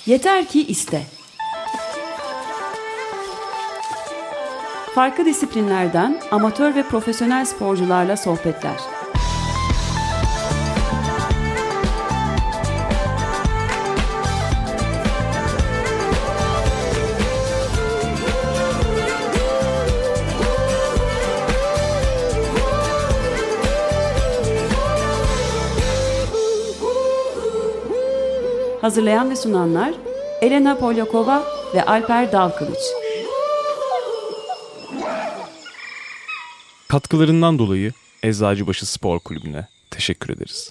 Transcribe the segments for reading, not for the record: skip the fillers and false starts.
Yeter ki iste. Farklı disiplinlerden amatör ve profesyonel sporcularla sohbetler. Hazırlayan ve sunanlar Elena Polyakova ve Alper Dalkılıç. Katkılarından dolayı Eczacıbaşı Spor Kulübü'ne teşekkür ederiz.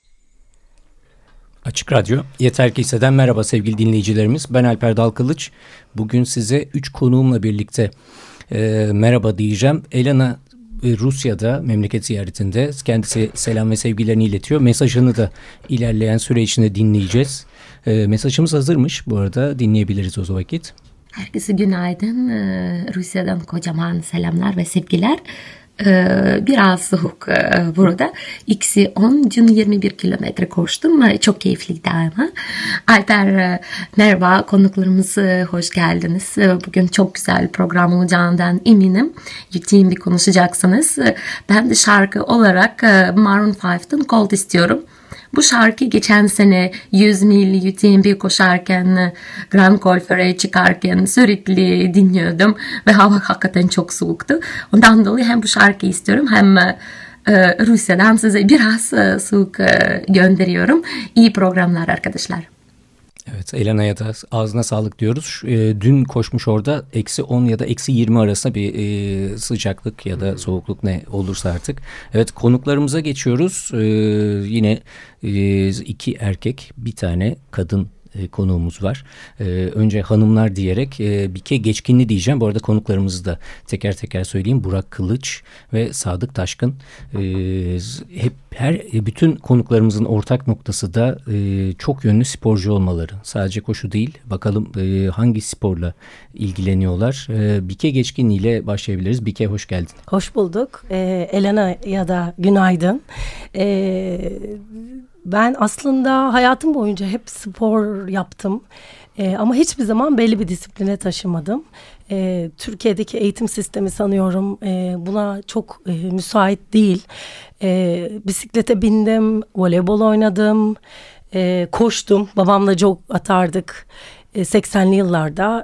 Açık Radyo, Yeter ki İste'den merhaba sevgili dinleyicilerimiz. Ben Alper Dalkılıç. Bugün size 3 konuğumla birlikte merhaba diyeceğim. Elena Rusya'da memleket ziyaretinde, kendisi selam ve sevgilerini iletiyor. Mesajını da ilerleyen süre içinde dinleyeceğiz. Mesajımız hazırmış bu arada, dinleyebiliriz o vakit. Herkese günaydın. Rusya'dan kocaman selamlar ve sevgiler. Biraz soğuk burada. Eksi 10, dün 21 kilometre koştum. Çok keyifliydi ama. Alper merhaba, konuklarımız hoş geldiniz. Bugün çok güzel program olacağından eminim. UTMB konuşacaksınız. Ben de şarkı olarak Maroon 5'ten Cold istiyorum. Bu şarkı geçen sene 100 mil UTMB koşarken, Grand Golf'e çıkarken sürekli dinliyordum ve hava hakikaten çok soğuktu. Ondan dolayı hem bu şarkıyı istiyorum hem Rusya'dan size biraz soğuk gönderiyorum. İyi programlar arkadaşlar. Evet, Elena'ya da ağzına sağlık diyoruz. Dün koşmuş orada eksi 10 ya da eksi 20 arasında bir sıcaklık ya da soğukluk ne olursa artık. Evet, konuklarımıza geçiyoruz. Yine 2 erkek, bir tane kadın konuğumuz var. Önce hanımlar diyerek Bike Geçkinli diyeceğim. Bu arada konuklarımızı da teker teker söyleyeyim. Burak Kılıç ve Sadık Taşkın. Bütün konuklarımızın ortak noktası da çok yönlü sporcu olmaları. Sadece koşu değil. Bakalım hangi sporla ilgileniyorlar. Bike Geçkinli ile başlayabiliriz. Bike, hoş geldin. Hoş bulduk. Elena'ya da günaydın. Ben aslında hayatım boyunca hep spor yaptım ama hiçbir zaman belli bir disipline taşımadım. Türkiye'deki eğitim sistemi sanıyorum buna çok müsait değil. Bisiklete bindim, voleybol oynadım, koştum. Babamla jog atardık 80'li yıllarda.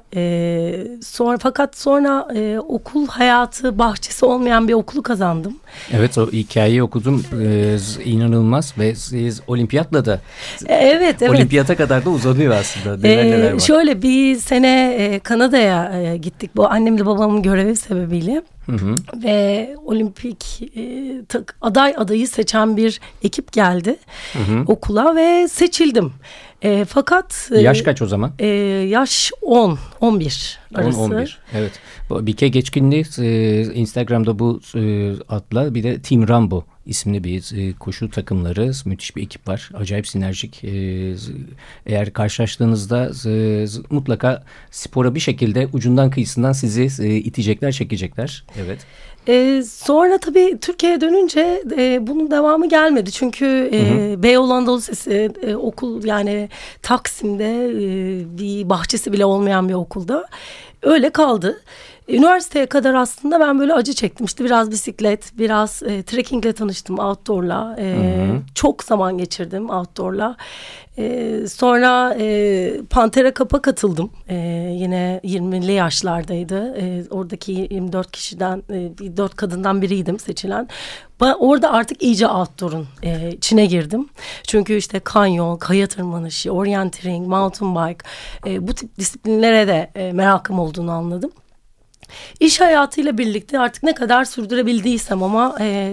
Sonra okul hayatı bahçesi olmayan bir okulu kazandım. Evet, o hikayeyi okudum. İnanılmaz ve siz olimpiyatla da evet. Olimpiyata kadar da uzanıyor aslında. Neler var. Şöyle bir sene Kanada'ya gittik. Bu annemle babamın görevi sebebiyle. Hı. Ve olimpik adayı seçen bir ekip geldi okula ve seçildim. Fakat yaş kaç o zaman? Yaş 11 arası. 11. Evet. Bike Geçkinli Instagram'da bu adla, bir de Team Rambo isimli bir koşu takımları, müthiş bir ekip var. Acayip sinerjik. Eğer karşılaştığınızda mutlaka spora bir şekilde ucundan kıyısından sizi itecekler, çekecekler. Evet. Sonra tabii Türkiye'ye dönünce bunun devamı gelmedi. Çünkü Beyoğlu Anadolu Lisesi okul, yani Taksim'de bir bahçesi bile olmayan bir okulda öyle kaldı. Üniversiteye kadar aslında ben böyle acı çektim. İşte biraz bisiklet, biraz trekkingle tanıştım, outdoor'la. Çok zaman geçirdim outdoor'la. Sonra Pantera Kap'a katıldım. Yine 20'li yaşlardaydı. Oradaki 24 kişiden, 4 kadından biriydim seçilen. Orada artık iyice outdoor'un içine girdim. Çünkü işte kanyon, kaya tırmanışı, orienteering, mountain bike, bu tip disiplinlere de merakım olduğunu anladım. İş hayatıyla birlikte artık ne kadar sürdürebildiysem ama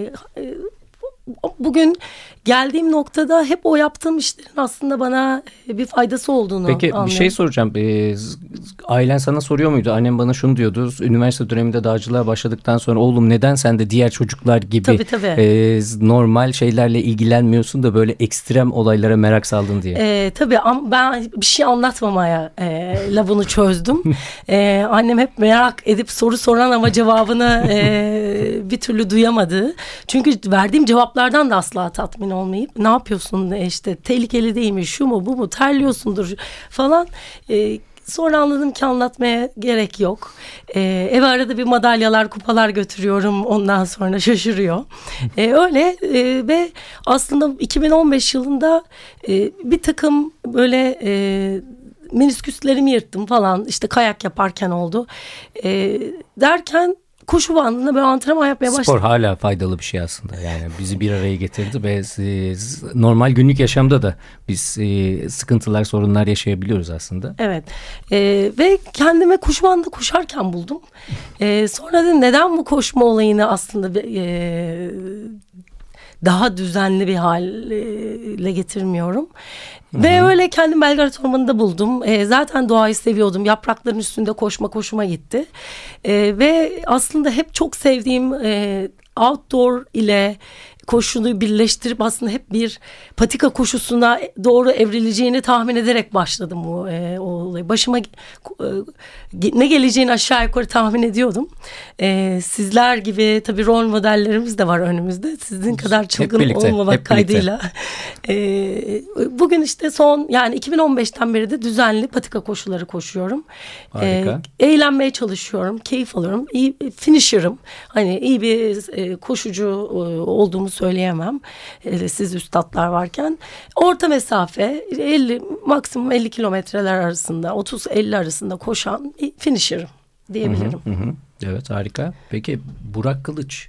bugün geldiğim noktada hep o yaptığım işlerin aslında bana bir faydası olduğunu anlıyorum. Peki bir şey soracağım. Ailen sana soruyor muydu? Annem bana şunu diyordu. Üniversite döneminde dağcılığa başladıktan sonra oğlum neden sen de diğer çocuklar gibi normal şeylerle ilgilenmiyorsun da böyle ekstrem olaylara merak saldın diye. Tabii ama ben bir şey anlatmamaya bunu çözdüm. Annem hep merak edip soru soran ama cevabını bir türlü duyamadı. Çünkü verdiğim cevap cevaplardan da asla tatmin olmayıp ne yapıyorsun, işte tehlikeli değil mi, şu mu bu mu, terliyorsundur falan. Sonra anladım ki anlatmaya gerek yok. Ev arada bir madalyalar, kupalar götürüyorum. Ondan sonra şaşırıyor. Öyle ve aslında 2015 yılında bir takım böyle menisküslerimi yırttım falan. İşte kayak yaparken oldu. Derken koşu bandında böyle antrenman yapmaya başladım. Spor hala faydalı bir şey aslında. Yani bizi bir araya getirdi ve normal günlük yaşamda da biz sıkıntılar, sorunlar yaşayabiliyoruz aslında. Evet. Ve kendime koşu bandında koşarken buldum. Sonra dedim neden bu koşma olayını aslında daha düzenli bir hale getirmiyorum. Ve öyle kendim Belgrad Ormanı'nda buldum. Zaten doğayı seviyordum. Yaprakların üstünde koşma hoşuma gitti. Ve aslında hep çok sevdiğim outdoor ile koşuyu birleştirip aslında hep bir patika koşusuna doğru evrileceğini tahmin ederek başladım bu olayı. Başıma ne geleceğini aşağı yukarı tahmin ediyordum. Sizler gibi tabii rol modellerimiz de var önümüzde. Sizin kadar çılgın olmamak kaydıyla. Bugün işte yani 2015'ten beri de düzenli patika koşuları koşuyorum. Harika. Eğlenmeye çalışıyorum. Keyif alıyorum. İyi finisher'ım. Hani iyi bir koşucu olduğumu söyleyemem. Siz üstadlar varken. Orta mesafe maksimum 50 kilometreler arasında 30-50 arasında koşan finisher'ım diyebilirim. Evet, harika. Peki Burak Kılıç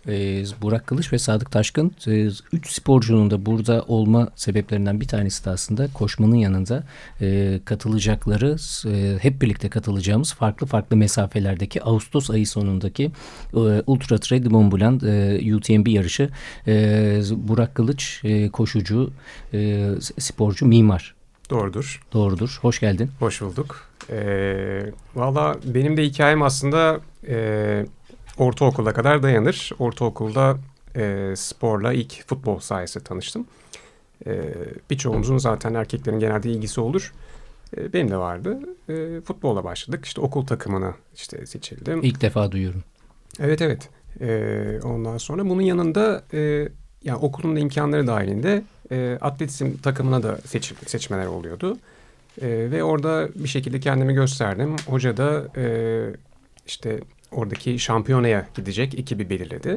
ve Sadık Taşkın 3 sporcunun da burada olma sebeplerinden bir tanesi de aslında koşmanın yanında katılacakları, hep birlikte katılacağımız farklı mesafelerdeki Ağustos ayı sonundaki Ultra Trail de Mont Blanc UTMB yarışı. Burak Kılıç koşucu, sporcu, mimar. Doğrudur. Hoş geldin. Hoş bulduk. Valla benim de hikayem aslında ortaokula kadar dayanır. Ortaokulda sporla ilk futbol sayesinde tanıştım. Birçoğumuzun zaten erkeklerin genelde ilgisi olur. Benim de vardı. Futbola başladık. İşte okul takımına seçildim. İlk defa duyuyorum. Evet. Ondan sonra bunun yanında yani okulun da imkanları dahilinde atletizm takımına da seçmeler oluyordu. Ve orada bir şekilde kendimi gösterdim. Hoca da işte oradaki şampiyonaya gidecek ekibi belirledi.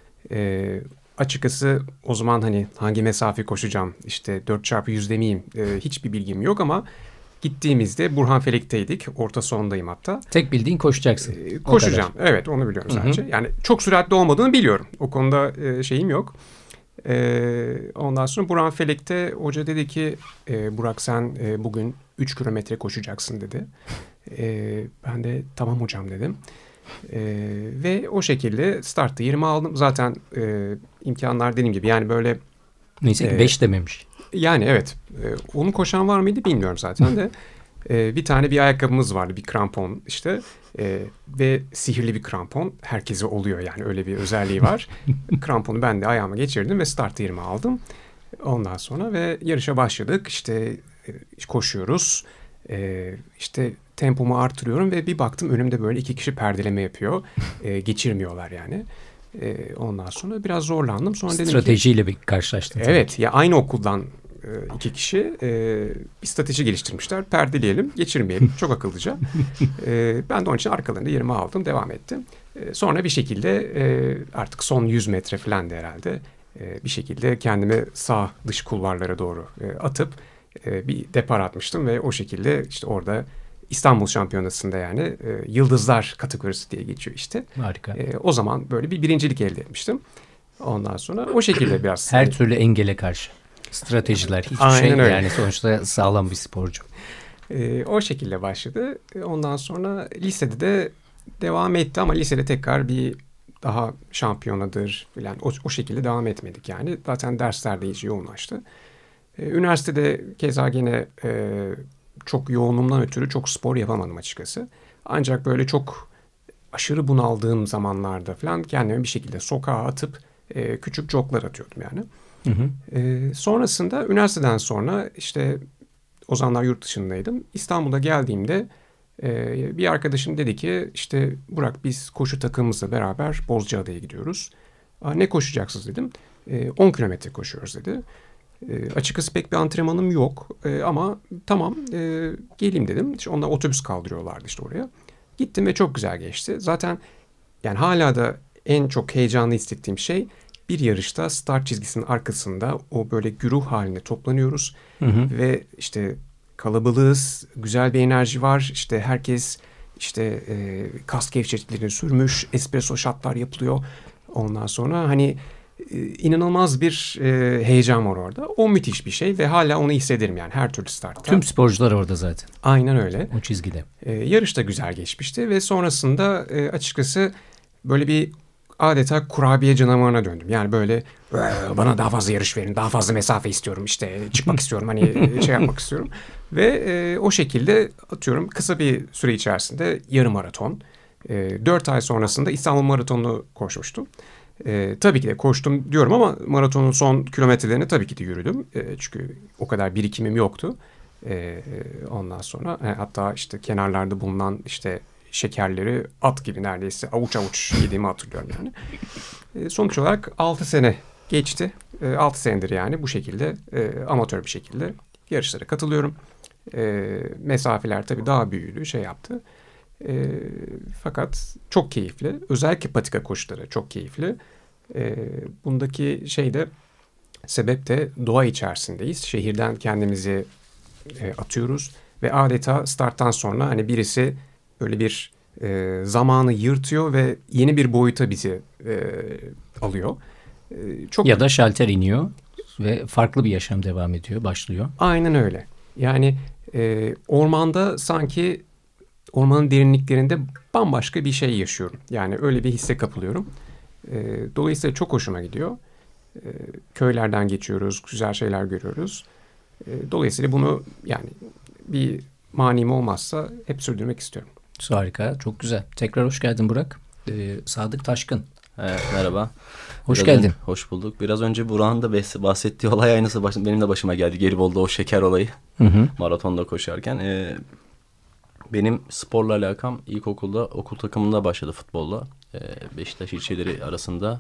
Açıkçası o zaman hani hangi mesafe koşacağım, işte 4x100'de miyim, hiçbir bilgim yok ama gittiğimizde Burhanfelek'teydik. Orta sondayım hatta. Tek bildiğin koşacaksın. Koşacağım. Evet, onu biliyorum sadece. Yani çok süratli olmadığını biliyorum. O konuda şeyim yok. Ondan sonra Burhanfelek'te hoca dedi ki Burak sen bugün 3 kilometre koşacaksın dedi. Ben de tamam hocam dedim. Ve o şekilde startta 20 aldım. Zaten imkanlar dediğim gibi yani böyle. Neyse ki 5 dememiş. Yani evet. Onu koşan var mıydı bilmiyorum zaten de. Bir ayakkabımız vardı, bir krampon işte. Ve sihirli bir krampon. Herkese oluyor yani, öyle bir özelliği var. Kramponu ben de ayağıma geçirdim ve startta 20 aldım. Ondan sonra ve yarışa başladık. İşte koşuyoruz. İşte tempomu artırıyorum ve bir baktım önümde böyle 2 kişi perdeleme yapıyor. Geçirmiyorlar yani. Ondan sonra biraz zorlandım. Sonra stratejiyle bir karşılaştın. Evet ya, aynı okuldan 2 kişi bir strateji geliştirmişler. Perdeleyelim, geçirmeyelim. Çok akıllıca. Ben de onun için arkalarında 20 aldım. Devam ettim. Sonra bir şekilde artık son 100 metre falan da herhalde bir şekilde kendimi sağ dış kulvarlara doğru atıp bir depar atmıştım ve o şekilde işte orada İstanbul Şampiyonası'nda yani Yıldızlar kategorisi diye geçiyor işte. Harika. O zaman böyle bir birincilik elde etmiştim. Ondan sonra o şekilde biraz. Her türlü engele karşı. Stratejiler, hiçbir aynen şey öyle. Yani sonuçta sağlam bir sporcu. O şekilde başladı. Ondan sonra lisede de devam etti ama lisede tekrar bir daha şampiyonadır falan o şekilde devam etmedik yani. Zaten dersler de iyice yoğunlaştı. Üniversitede keza gene çok yoğunluğumdan ötürü çok spor yapamadım açıkçası. Ancak böyle çok aşırı bunaldığım zamanlarda falan kendimi bir şekilde sokağa atıp küçük joglar atıyordum yani. Sonrasında üniversiteden sonra işte o zamanlar yurt dışındaydım. İstanbul'a geldiğimde bir arkadaşım dedi ki işte Burak biz koşu takımımızla beraber Bozcaada'ya gidiyoruz. Ne koşacaksınız dedim. 10 kilometre koşuyoruz dedi. Açıkçası pek bir antrenmanım yok ama tamam geleyim dedim. İşte onlar otobüs kaldırıyorlardı işte oraya. Gittim ve çok güzel geçti. Zaten yani hala da en çok heyecanlı hissettiğim şey bir yarışta start çizgisinin arkasında o böyle güruh halinde toplanıyoruz. Ve işte kalabalığız, güzel bir enerji var. İşte herkes işte kas gevşeticilerini sürmüş, espresso shotlar yapılıyor. Ondan sonra hani inanılmaz bir heyecan var orada. O müthiş bir şey ve hala onu hissederim yani her türlü startta. Tüm sporcular orada zaten. Aynen öyle. O çizgide. Yarış da güzel geçmişti ve sonrasında açıkçası böyle bir adeta kurabiye canavarına döndüm. Yani böyle bana daha fazla yarış verin, daha fazla mesafe istiyorum, işte çıkmak istiyorum, hani şey yapmak istiyorum. Ve o şekilde atıyorum kısa bir süre içerisinde yarım maraton, 4 ay sonrasında İstanbul Maratonu'nu koşmuştum. Tabii ki de koştum diyorum ama maratonun son kilometrelerini tabii ki de yürüdüm. Çünkü o kadar birikimim yoktu. Ondan sonra hatta işte kenarlarda bulunan işte şekerleri at gibi neredeyse avuç avuç yediğimi hatırlıyorum yani. Sonuç olarak 6 sene geçti. 6 senedir yani bu şekilde amatör bir şekilde yarışlara katılıyorum. Mesafeler tabii daha büyüdü, şey yaptı. Fakat çok keyifli. Özellikle patika koşuları çok keyifli. Bundaki şey de sebep de doğa içerisindeyiz. Şehirden kendimizi atıyoruz ve adeta starttan sonra hani birisi böyle bir zamanı yırtıyor ve yeni bir boyuta bizi alıyor. Çok ya da şalter iniyor ve farklı bir yaşam devam ediyor, başlıyor. Aynen öyle. Yani ormanda sanki ormanın derinliklerinde bambaşka bir şey yaşıyorum. Yani öyle bir hisse kapılıyorum. Dolayısıyla çok hoşuma gidiyor. Köylerden geçiyoruz, güzel şeyler görüyoruz. Dolayısıyla bunu yani bir manim olmazsa hep sürdürmek istiyorum. Harika, çok güzel. Tekrar hoş geldin Burak. Sadık Taşkın. Evet, merhaba. Hoş geldin. Hoş bulduk. Biraz önce Burak'ın da bahsettiği olay aynısı benim de başıma geldi. Gelibolu'da o şeker olayı. Maratonda koşarken. Benim sporla alakam ilkokulda okul takımında başladı futbolla. Beşiktaş ilçeleri arasında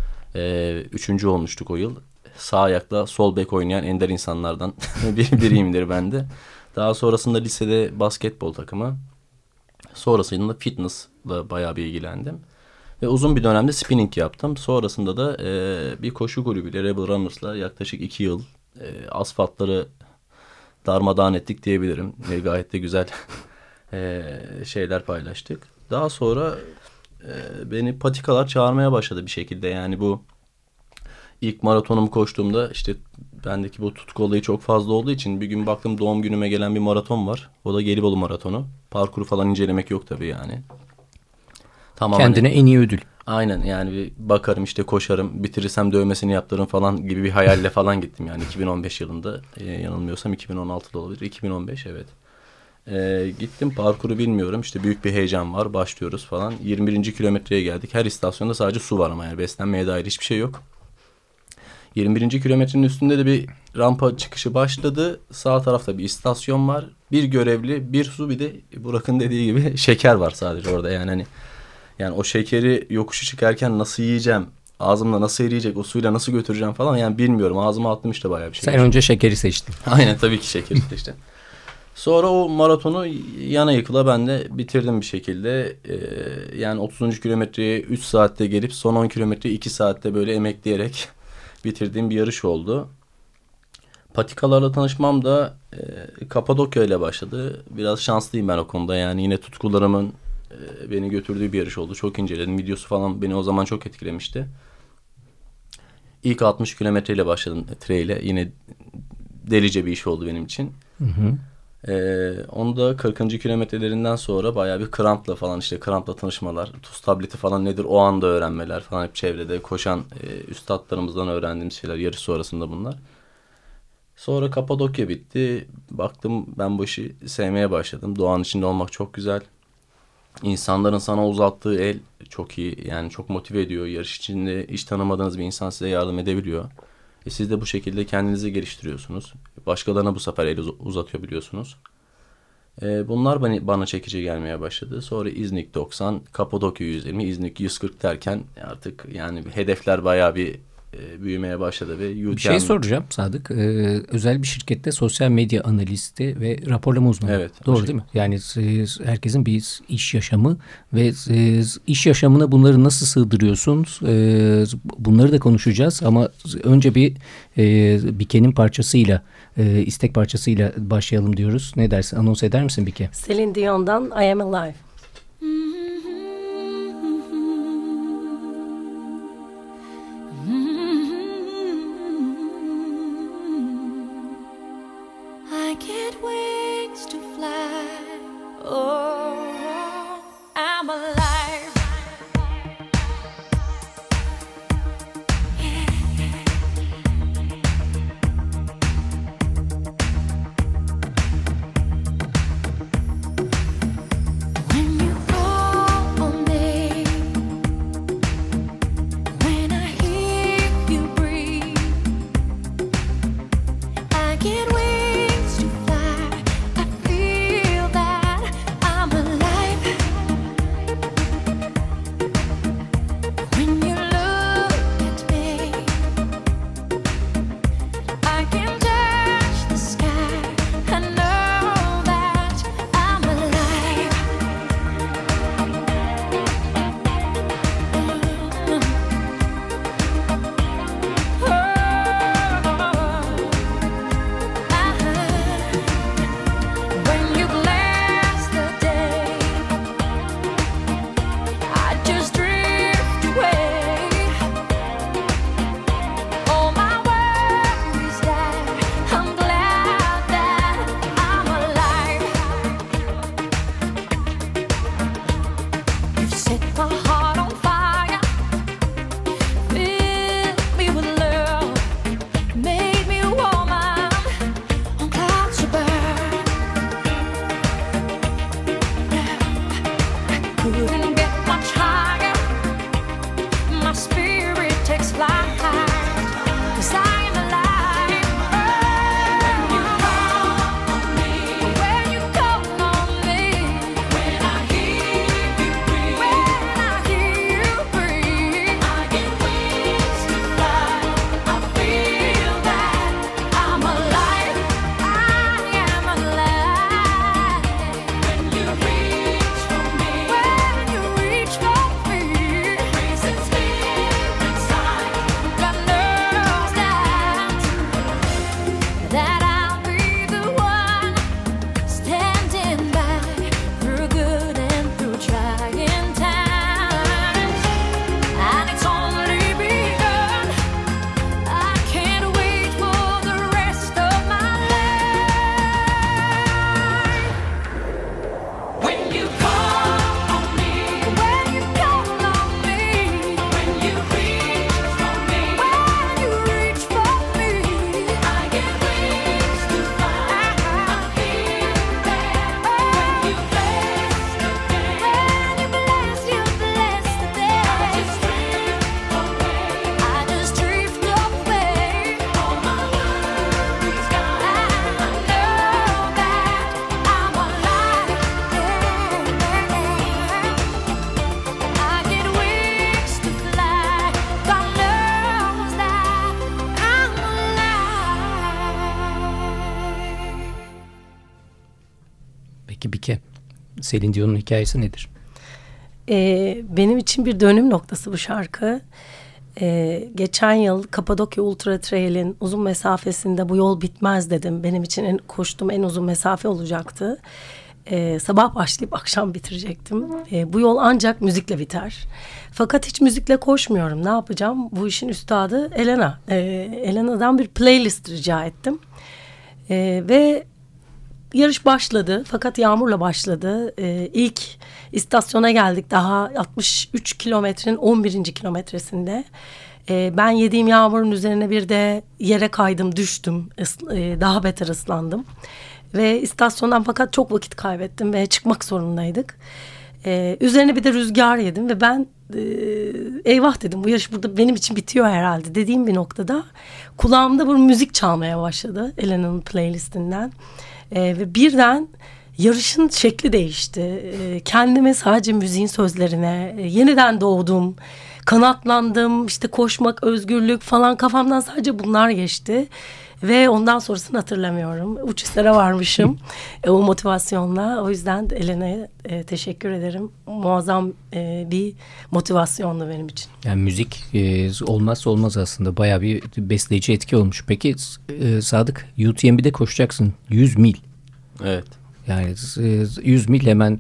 3. olmuştuk o yıl. Sağ ayakla sol bek oynayan ender insanlardan biriyimdir ben de. Daha sonrasında lisede basketbol takımı. Sonrasında fitness'la bayağı bir ilgilendim. Ve uzun bir dönemde spinning yaptım. Sonrasında da bir koşu kulübüyle Rebel Runners'la yaklaşık 2 yıl asfaltları darmadağın ettik diyebilirim. Ve gayet de güzel şeyler paylaştık. Daha sonra beni patikalar çağırmaya başladı bir şekilde. Yani bu ilk maratonumu koştuğumda işte bendeki bu tutku olayı çok fazla olduğu için bir gün baktım doğum günüme gelen bir maraton var. O da Gelibolu Maratonu. Parkuru falan incelemek yok tabii yani. Tamamen kendine en iyi ödül. Aynen yani bir bakarım işte koşarım, bitirirsem dövmesini yaptırırım falan gibi bir hayalle falan gittim yani 2015 yılında. Yanılmıyorsam 2016'da olabilir. 2015 evet. Gittim, parkuru bilmiyorum, işte büyük bir heyecan var, başlıyoruz falan. 21. kilometreye geldik. Her istasyonda sadece su var ama yani beslenmeye dair hiçbir şey yok. 21. kilometrenin üstünde de bir rampa çıkışı başladı. Sağ tarafta bir istasyon var. Bir görevli, bir su, bir de Burak'ın dediği gibi şeker var sadece orada. Yani o şekeri yokuşu çıkarken nasıl yiyeceğim? Ağzımda nasıl eriyecek? O suyla nasıl götüreceğim falan yani bilmiyorum. Ağzıma attım işte bayağı bir şey. Sen önce şekeri seçtin. Aynen, tabii ki şekeri seçtim. Sonra o maratonu yana yıkıla ben de bitirdim bir şekilde. Yani 30. kilometreye 3 saatte gelip son 10 kilometreyi 2 saatte böyle emekleyerek bitirdiğim bir yarış oldu. Patikalarla tanışmam da Kapadokya ile başladı. Biraz şanslıyım ben o konuda. Yani yine tutkularımın beni götürdüğü bir yarış oldu. Çok inceledim. Videosu falan beni o zaman çok etkilemişti. İlk 60 kilometreyle başladım trail'e. Yine delice bir iş oldu benim için. Onu da 40. kilometrelerinden sonra bayağı bir krampla tanışmalar, tuz tableti falan nedir o anda öğrenmeler falan, hep çevrede koşan üstadlarımızdan öğrendiğimiz şeyler, yarış sonrasında bunlar. Sonra Kapadokya bitti. Baktım ben bu işi sevmeye başladım. Doğanın içinde olmak çok güzel. İnsanların sana uzattığı el çok iyi. Yani çok motive ediyor. Yarış içinde hiç tanımadığınız bir insan size yardım edebiliyor. Siz de bu şekilde kendinizi geliştiriyorsunuz. Başkalarına bu sefer el uzatıyor biliyorsunuz. Bunlar bana çekici gelmeye başladı. Sonra İznik 90, Kapadokya 120, İznik 140 derken artık yani hedefler bayağı bir büyümeye başladı ve Bir şey soracağım Sadık. Özel bir şirkette sosyal medya analisti ve raporlama uzmanı. Evet. Doğru değil mi? Yani herkesin bir iş yaşamı ve iş yaşamına bunları nasıl sığdırıyorsun? Bunları da konuşacağız ama önce bir Bike'nin parçasıyla, istek parçasıyla başlayalım diyoruz. Ne dersin? Anons eder misin Bike? Celine Dion'dan I Am Alive. I get wings to fly. Oh, I'm alive. When you call on me, when I hear you breathe, I get wings to fly. I feel that I'm alive. When you look at me, I can touch the sky. I know that I'm alive. When you glance the day, I just drift away. All my worries die. I'm glad that I'm alive. You've set my heart on fire, filled me with love, made me a woman on clouds above. Couldn't get much higher. My spirit takes flight, 'cause I am alive. When you call on me, when you call on me, when I hear you breathe, when I hear you breathe, I get wings to fly. I feel that I'm alive. I am alive. When you reach for me, when you reach for me, raises me inside. God knows that I'll be the one standing by through good and through trying times. And it's only begun. I can't wait for the rest of my life. When you call on me, when you call on me, when you reach for me, when you reach for me, I get wings to fly. I feel that when you bless the day, when you bless the day, I just drift away. All my worries gone. I know that I'm alive. I get wings to fly. God knows that I'm alive. Peki Bike, Celine Dion'un hikayesi nedir? Benim için bir dönüm noktası bu şarkı. Geçen yıl Kapadokya Ultra Trail'in uzun mesafesinde bu yol bitmez dedim. Benim için koştuğum en uzun mesafe olacaktı. Sabah başlayıp akşam bitirecektim. Bu yol ancak müzikle biter. Fakat hiç müzikle koşmuyorum. Ne yapacağım? Bu işin üstadı Elena. Elena'dan bir playlist rica ettim. Ve yarış başladı. Fakat yağmurla başladı. İlk istasyona geldik. Daha 63 kilometrenin 11. kilometresinde. Ben yediğim yağmurun üzerine bir de yere kaydım, düştüm. Daha beter ıslandım. Ve istasyondan fakat çok vakit kaybettim ve çıkmak zorundaydık. Üzerine bir de rüzgar yedim ve ben eyvah dedim, bu yarış burada benim için bitiyor herhalde dediğim bir noktada kulağımda bu müzik çalmaya başladı Elena'nın playlistinden. Ve birden yarışın şekli değişti. Kendime sadece müziğin sözlerine yeniden doğdum. kanatlandım, işte koşmak, özgürlük falan, kafamdan sadece bunlar geçti. Ve ondan sonrasını hatırlamıyorum. Uçuşlara varmışım o motivasyonla. O yüzden Elena'ya teşekkür ederim. Muazzam bir motivasyondu benim için. Yani müzik olmazsa olmaz aslında. Bayağı bir besleyici etki olmuş. Peki Sadık, UTMB'de koşacaksın. 100 mil. Evet. Yani 100 mil hemen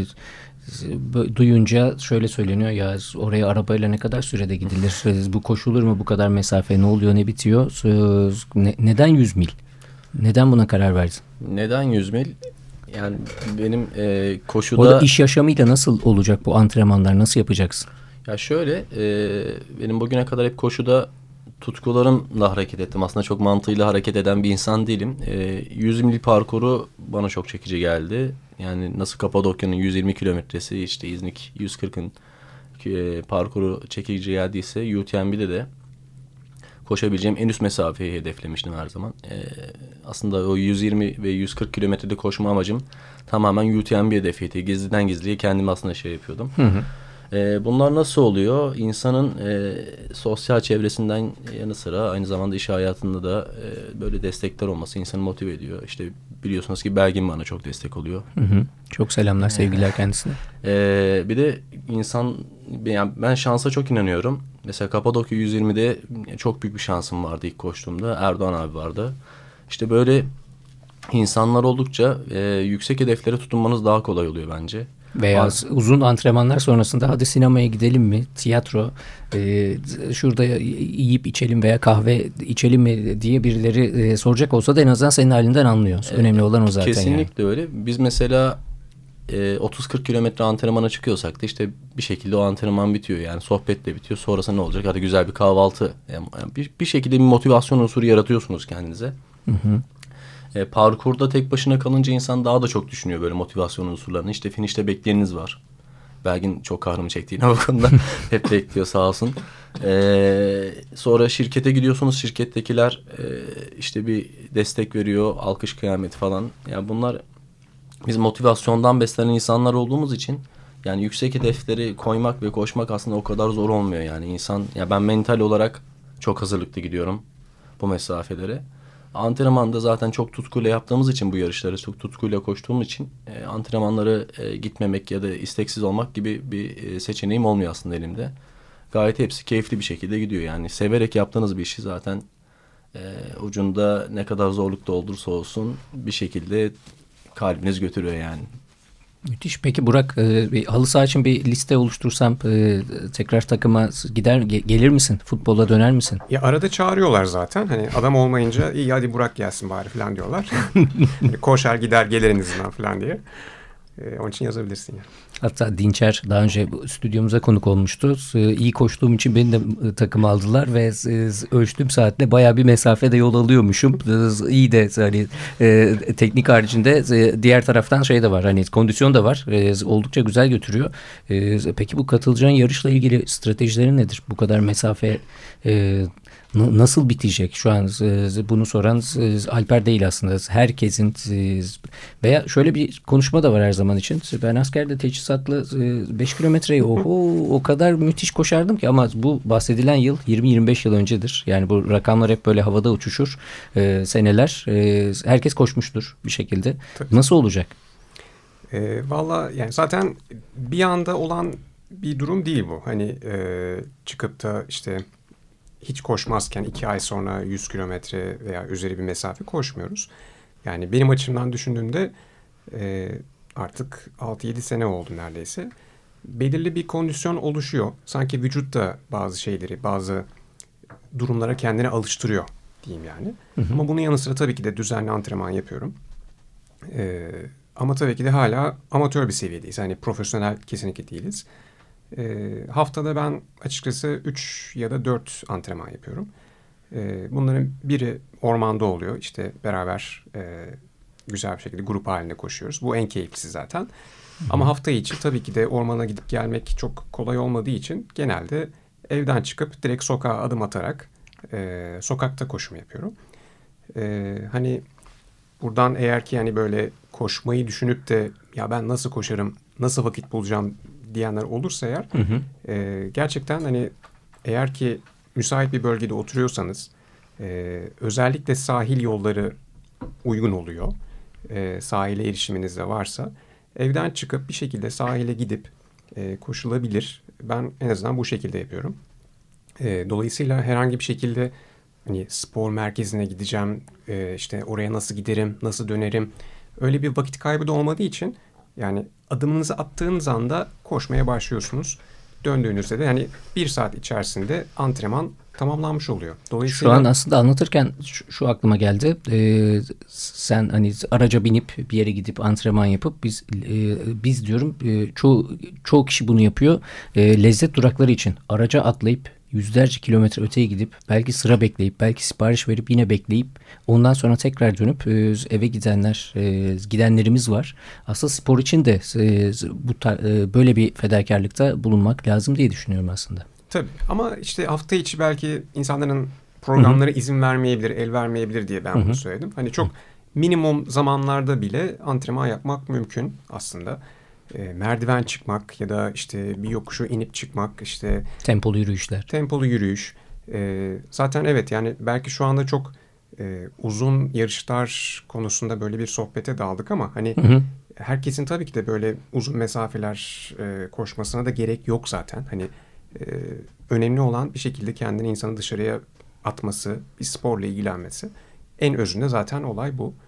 duyunca şöyle söyleniyor ya, oraya arabayla ne kadar sürede gidilir? Bu koşulur mu bu kadar mesafe? Ne oluyor, ne bitiyor? Neden 100 mil? Neden buna karar verdin? Neden 100 mil? Yani benim koşuda... Orada iş yaşamıyla nasıl olacak bu antrenmanlar? Nasıl yapacaksın? Ya şöyle, benim bugüne kadar hep koşuda tutkularımla hareket ettim. Aslında çok mantığıyla hareket eden bir insan değilim. 100 mil parkuru bana çok çekici geldi. Yani nasıl Kapadokya'nın 120 kilometresi, işte İznik 140'ın parkuru çekici geldiyse, UTMB'de de koşabileceğim en üst mesafeyi hedeflemiştim her zaman. Aslında o 120 ve 140 kilometrede koşma amacım tamamen UTMB hedefiydi. Gizliden gizliye kendimi aslında şey yapıyordum. Hı hı. Bunlar nasıl oluyor? İnsanın sosyal çevresinden yanı sıra aynı zamanda iş hayatında da böyle destekler olması insanı motive ediyor. İşte biliyorsunuz ki Belgin bana çok destek oluyor. Hı hı. Çok selamlar, sevgiler kendisine. Bir de insan, yani ben şansa çok inanıyorum. Mesela Kapadokya 120'de çok büyük bir şansım vardı ilk koştuğumda. Erdoğan abi vardı. İşte böyle insanlar oldukça yüksek hedeflere tutunmanız daha kolay oluyor bence. Veya uzun antrenmanlar sonrasında hadi sinemaya gidelim mi? Tiyatro, şurada yiyip içelim veya kahve içelim mi diye birileri soracak olsa da en azından senin halinden anlıyor. Önemli olan o zaten. Kesinlikle yani. Öyle. Biz mesela 30-40 kilometre antrenmana çıkıyorsak da işte bir şekilde o antrenman bitiyor. Yani sohbet de bitiyor. Sonrası ne olacak? Hadi güzel bir kahvaltı. Yani bir şekilde bir motivasyon unsuru yaratıyorsunuz kendinize. Hı hı. Parkurda tek başına kalınca insan daha da çok düşünüyor böyle motivasyon unsurlarını. İşte finişte bekleyeniniz var. Belgin çok kahrımı çekti yine bu konuda. Hep bekliyor sağ olsun. Sonra şirkete gidiyorsunuz. Şirkettekiler işte bir destek veriyor. Alkış kıyameti falan. Yani bunlar, biz motivasyondan beslenen insanlar olduğumuz için yani yüksek hedefleri koymak ve koşmak aslında o kadar zor olmuyor. Yani insan, ya ben mental olarak çok hazırlıklı gidiyorum bu mesafelere. Antrenmanda zaten çok tutkuyla yaptığımız için, bu yarışları çok tutkuyla koştuğum için antrenmanları gitmemek ya da isteksiz olmak gibi bir seçeneğim olmuyor aslında elimde. Gayet hepsi keyifli bir şekilde gidiyor. Yani severek yaptığınız bir işi zaten ucunda ne kadar zorlukta olursa olsun bir şekilde kalbiniz götürüyor yani. Müthiş. Peki Burak, bir halı saha için bir liste oluştursam tekrar takıma gelir misin? Futbola döner misin? Ya arada çağırıyorlar zaten. Hani adam olmayınca iyi hadi Burak gelsin bari falan diyorlar. Hani koşar gider gelir en azından falan diye. Onun için yazabilirsin ya. Hatta Dinçer daha önce stüdyomuza konuk olmuştu. İyi koştuğum için beni de takıma aldılar ve ölçtüğüm saatte bayağı bir mesafede yol alıyormuşum. İyi de hani teknik haricinde diğer taraftan şey de var. Hani kondisyon da var. Oldukça güzel götürüyor. Peki bu katılacağın yarışla ilgili stratejilerin nedir? Bu kadar mesafe nasıl bitecek? Şu an bunu soran Alper değil aslında. Herkesin veya şöyle bir konuşma da var her zaman için. Ben askerde teçhizatlı 5 kilometreyi o kadar müthiş koşardım ki, ama bu bahsedilen yıl 20-25 yıl öncedir. Yani bu rakamlar hep böyle havada uçuşur. Seneler. Herkes koşmuştur bir şekilde. Tabii. Nasıl olacak? Valla yani zaten bir anda olan bir durum değil bu. Hani çıkıp da işte hiç koşmazken 2 ay sonra 100 kilometre veya üzeri bir mesafe koşmuyoruz. Yani benim açımdan düşündüğümde artık 6-7 sene oldu neredeyse. Belirli bir kondisyon oluşuyor. Sanki vücut da bazı şeyleri, bazı durumlara kendini alıştırıyor diyeyim yani. Hı hı. Ama bunun yanı sıra tabii ki de düzenli antrenman yapıyorum. Ama tabii ki de hala amatör bir seviyedeyiz. Yani profesyonel kesinlikle değiliz. Haftada ben açıkçası 3 ya da 4 antrenman yapıyorum. Bunların biri ormanda oluyor. İşte beraber güzel bir şekilde grup halinde koşuyoruz. Bu en keyiflisi zaten. Hı-hı. Ama hafta içi tabii ki de ormana gidip gelmek çok kolay olmadığı için genelde evden çıkıp direkt sokağa adım atarak sokakta koşum yapıyorum. Hani buradan eğer ki yani böyle koşmayı düşünüp de ya ben nasıl koşarım, nasıl vakit bulacağım diyenler olursa eğer gerçekten hani eğer ki müsait bir bölgede oturuyorsanız özellikle sahil yolları uygun oluyor. Sahile erişiminiz de varsa evden çıkıp bir şekilde sahile gidip koşulabilir. Ben en azından bu şekilde yapıyorum. Dolayısıyla herhangi bir şekilde hani spor merkezine gideceğim, işte oraya nasıl giderim, nasıl dönerim, öyle bir vakit kaybı da olmadığı için yani adımınızı attığınız anda koşmaya başlıyorsunuz. Döndüğünüzde de yani 1 saat içerisinde antrenman tamamlanmış oluyor. Dolayısıyla şu an aslında anlatırken şu aklıma geldi. Sen hani araca binip bir yere gidip antrenman yapıp biz diyorum çoğu kişi bunu yapıyor. Lezzet durakları için araca atlayıp yüzlerce kilometre öteye gidip belki sıra bekleyip belki sipariş verip yine bekleyip ondan sonra tekrar dönüp eve gidenlerimiz var. Aslında spor için de böyle bir fedakarlıkta bulunmak lazım diye düşünüyorum aslında. Tabii ama işte hafta içi belki insanların programlara izin vermeyebilir, el vermeyebilir diye ben bunu söyledim. Hani çok minimum zamanlarda bile antrenman yapmak mümkün aslında. Merdiven çıkmak ya da işte bir yokuşu inip çıkmak, işte tempolu yürüyüşler. Tempolu yürüyüş. Zaten evet yani belki şu anda çok uzun yarışlar konusunda böyle bir sohbete daldık ama hani herkesin tabii ki de böyle uzun mesafeler koşmasına da gerek yok zaten. Hani önemli olan bir şekilde kendini insanı dışarıya atması, bir sporla ilgilenmesi. En özünde zaten olay bu.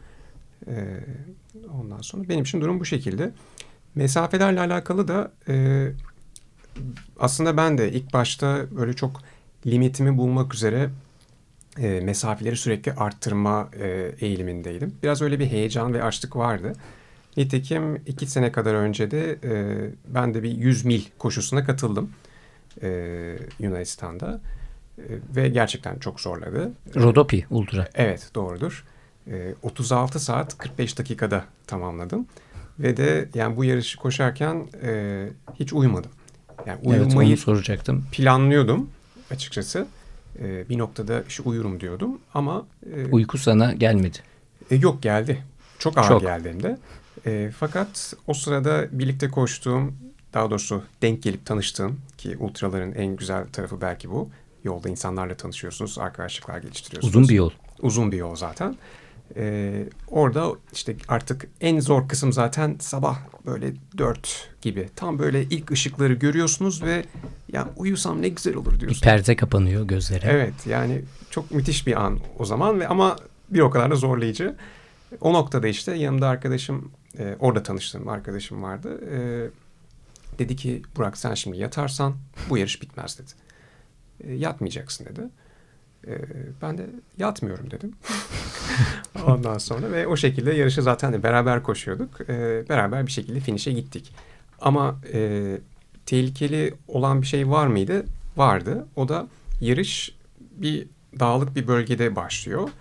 Ondan sonra benim için durum bu şekilde. Mesafelerle alakalı da aslında ben de ilk başta böyle çok limitimi bulmak üzere mesafeleri sürekli arttırma eğilimindeydim. Biraz öyle bir heyecan ve açlık vardı. Nitekim 2 sene kadar önce de ben de bir 100 mil koşusuna katıldım Yunanistan'da ve gerçekten çok zorladı. Rodopi Ultra. Evet, doğrudur. 36 saat 45 dakikada tamamladım. Ve de yani bu yarışı koşarken hiç uyumadım. Yani uyumayı soracaktım. Planlıyordum açıkçası. Bir noktada işte uyurum diyordum ama... uyku sana gelmedi. Yok, geldi. Çok ağır geldi hem de. Fakat o sırada birlikte koştuğum, daha doğrusu denk gelip tanıştığım, ki ultraların en güzel tarafı belki bu. Yolda insanlarla tanışıyorsunuz, arkadaşlıklar geliştiriyorsunuz. Uzun bir yol. Uzun bir yol zaten. Orada işte artık en zor kısım zaten sabah böyle 4 gibi. Tam böyle ilk ışıkları görüyorsunuz ve ya uyusam ne güzel olur diyorsunuz. Bir perde kapanıyor gözlere. Evet, yani çok müthiş bir an o zaman ama bir o kadar da zorlayıcı. O noktada işte yanımda arkadaşım, orada tanıştığım arkadaşım vardı. Dedi ki Burak, sen şimdi yatarsan bu yarış bitmez dedi. Yatmayacaksın dedi. Ben de yatmıyorum dedim. Ondan sonra ve o şekilde yarışı zaten de beraber koşuyorduk. Beraber bir şekilde finişe gittik. Ama tehlikeli olan bir şey var mıydı? Vardı. O da yarış bir dağlık bir bölgede başlıyor.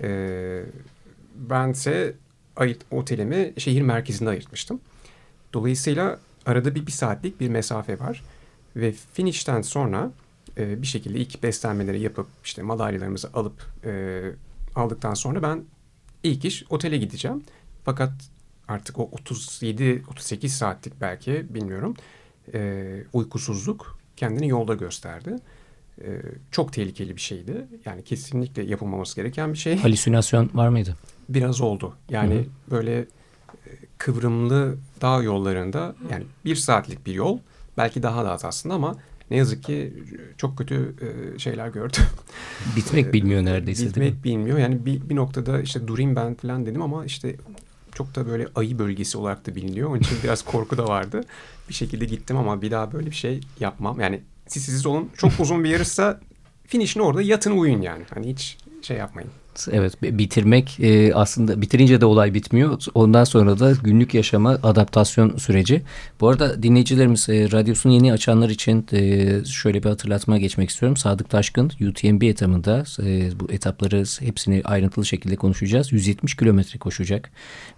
Bense otelimi şehir merkezinde ayırtmıştım. Dolayısıyla arada bir saatlik bir mesafe var. Ve finişten sonra bir şekilde ilk beslenmeleri yapıp işte madalyalarımızı alıp aldıktan sonra ben ilk iş otele gideceğim. Fakat artık o 37-38 saatlik belki bilmiyorum uykusuzluk kendini yolda gösterdi. Çok tehlikeli bir şeydi. Yani kesinlikle yapılmaması gereken bir şey. Halüsinasyon var mıydı? Biraz oldu. Yani böyle kıvrımlı dağ yollarında yani 1 saatlik bir yol belki daha da az aslında ama ne yazık ki çok kötü şeyler gördüm. Bitmek bilmiyor neredeyse. Bitmek bilmiyor. Yani bir noktada işte durayım ben falan dedim ama işte çok da böyle ayı bölgesi olarak da biliniyor. Onun için biraz korku da vardı. Bir şekilde gittim ama bir daha böyle bir şey yapmam. Yani siz olun. Çok uzun bir yarışsa finişini orada yatın uyuyun yani. Hani hiç şey yapmayın. Evet, bitirmek aslında bitirince de olay bitmiyor. Ondan sonra da günlük yaşama adaptasyon süreci. Bu arada dinleyicilerimiz radyosunu yeni açanlar için şöyle bir hatırlatma geçmek istiyorum. Sadık Taşkın UTMB etabında bu etapları hepsini ayrıntılı şekilde konuşacağız. 170 kilometre koşacak.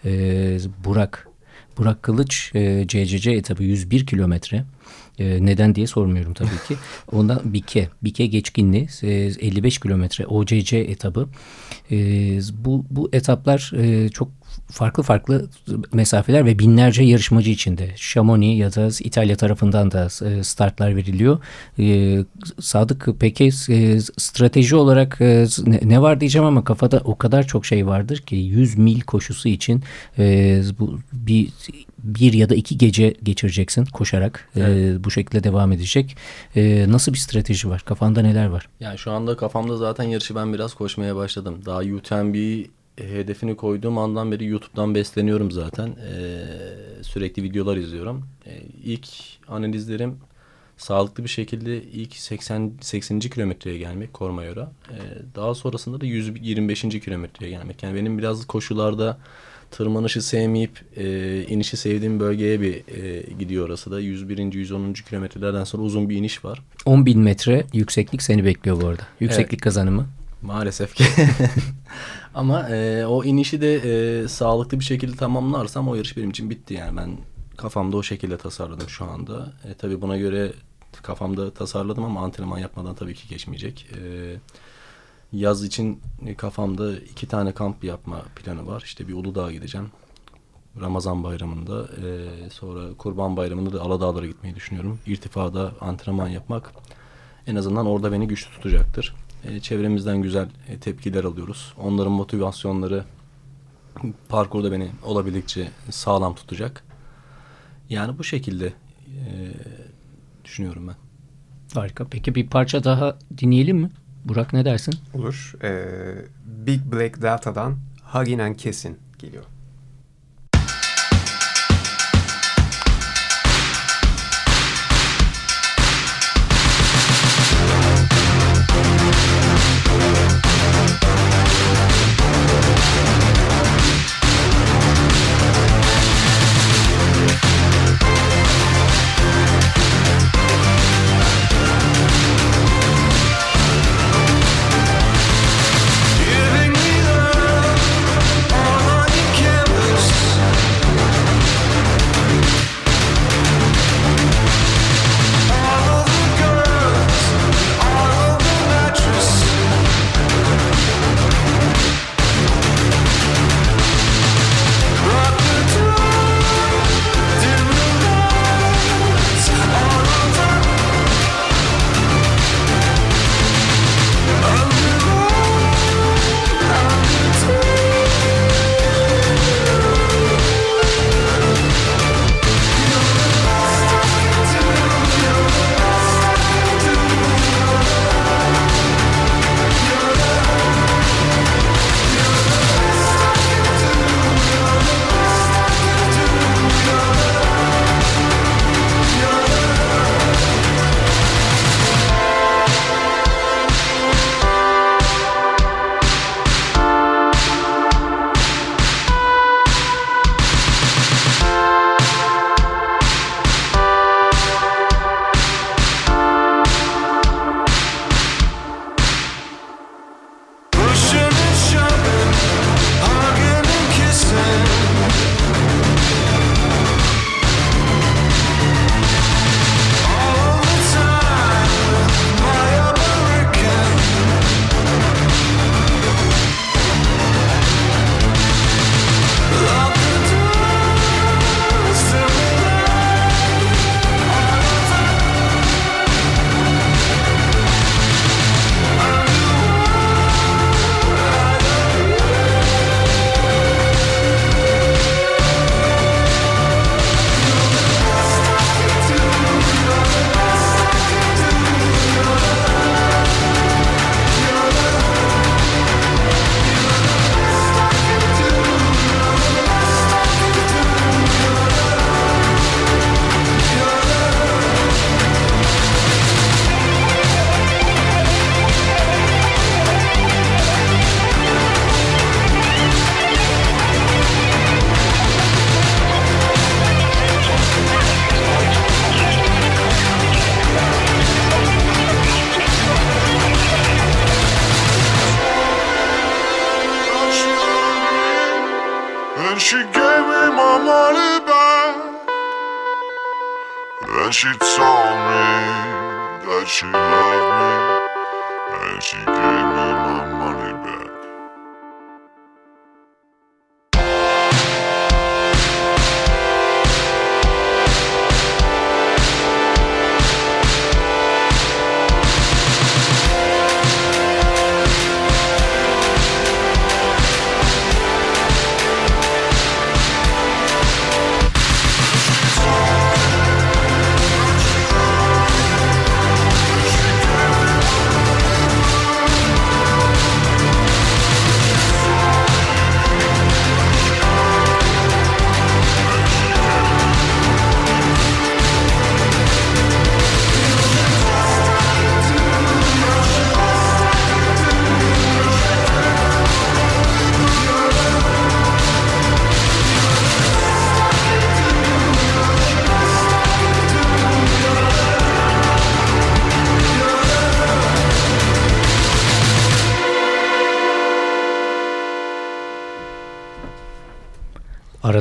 Burak Kılıç CCC etabı 101 kilometre. Neden diye sormuyorum tabii ki. Ondan Bike Geçkinli 55 kilometre OCC etabı. Bu etaplar çok farklı farklı mesafeler ve binlerce yarışmacı içinde. Chamonix ya da İtalya tarafından da startlar veriliyor. Sadık, peki strateji olarak ne var diyeceğim ama kafada o kadar çok şey vardır ki 100 mil koşusu için bu bir ya da 2 gece geçireceksin koşarak. Evet. Bu şekilde devam edecek. Nasıl bir strateji var? Kafanda neler var? Yani şu anda kafamda zaten yarışı ben biraz koşmaya başladım. Daha UTMB hedefini koyduğum andan beri YouTube'dan besleniyorum zaten. Sürekli videolar izliyorum. İlk analizlerim sağlıklı bir şekilde ilk 80. kilometreye gelmek Courmayeur. Daha sonrasında da 125. kilometreye gelmek. Yani benim biraz koşularda tırmanışı sevmeyip inişi sevdiğim bölgeye bir gidiyor orası da. 101. 110. kilometrelerden sonra uzun bir iniş var. 10.000 metre yükseklik seni bekliyor bu arada. Yükseklik evet. Kazanımı. Maalesef ki. Ama o inişi de sağlıklı bir şekilde tamamlarsam o yarış benim için bitti. Yani ben kafamda o şekilde tasarladım şu anda. Tabii buna göre kafamda tasarladım ama antrenman yapmadan tabii ki geçmeyecek. Yaz için kafamda 2 tane kamp yapma planı var. İşte bir Uludağ'a gideceğim. Ramazan bayramında. Sonra Kurban bayramında da Aladağlara gitmeyi düşünüyorum. İrtifada antrenman yapmak en azından orada beni güçlü tutacaktır. Çevremizden güzel tepkiler alıyoruz. Onların motivasyonları parkurda beni olabildiğince sağlam tutacak. Yani bu şekilde düşünüyorum ben. Harika. Peki bir parça daha dinleyelim mi? Burak, ne dersin? Olur. Big Black Delta'dan Huggin' and Kiss'in geliyor. And she told me that she loved me, and she gave me my money back.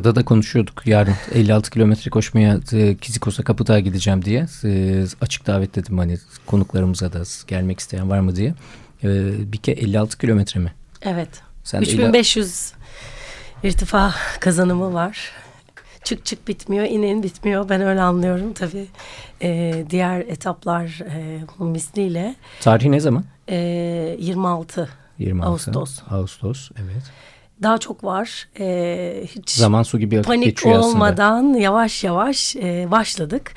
Arada da konuşuyorduk. Yarın 56 kilometre koşmaya Kizikos'a Kapıdağ'a gideceğim diye. Açık davet dedim hani konuklarımıza da gelmek isteyen var mı diye. Bike 56 kilometre mi? Evet. Sen 3500 irtifa kazanımı var. Çık bitmiyor, inin bitmiyor. Ben öyle anlıyorum tabii. Diğer etaplar bunun misliyle. Tarihi ne zaman? 26 Ağustos. Evet. Daha çok var. Hiç zaman su gibi akıp panik geçiyor aslında. olmadan yavaş yavaş başladık.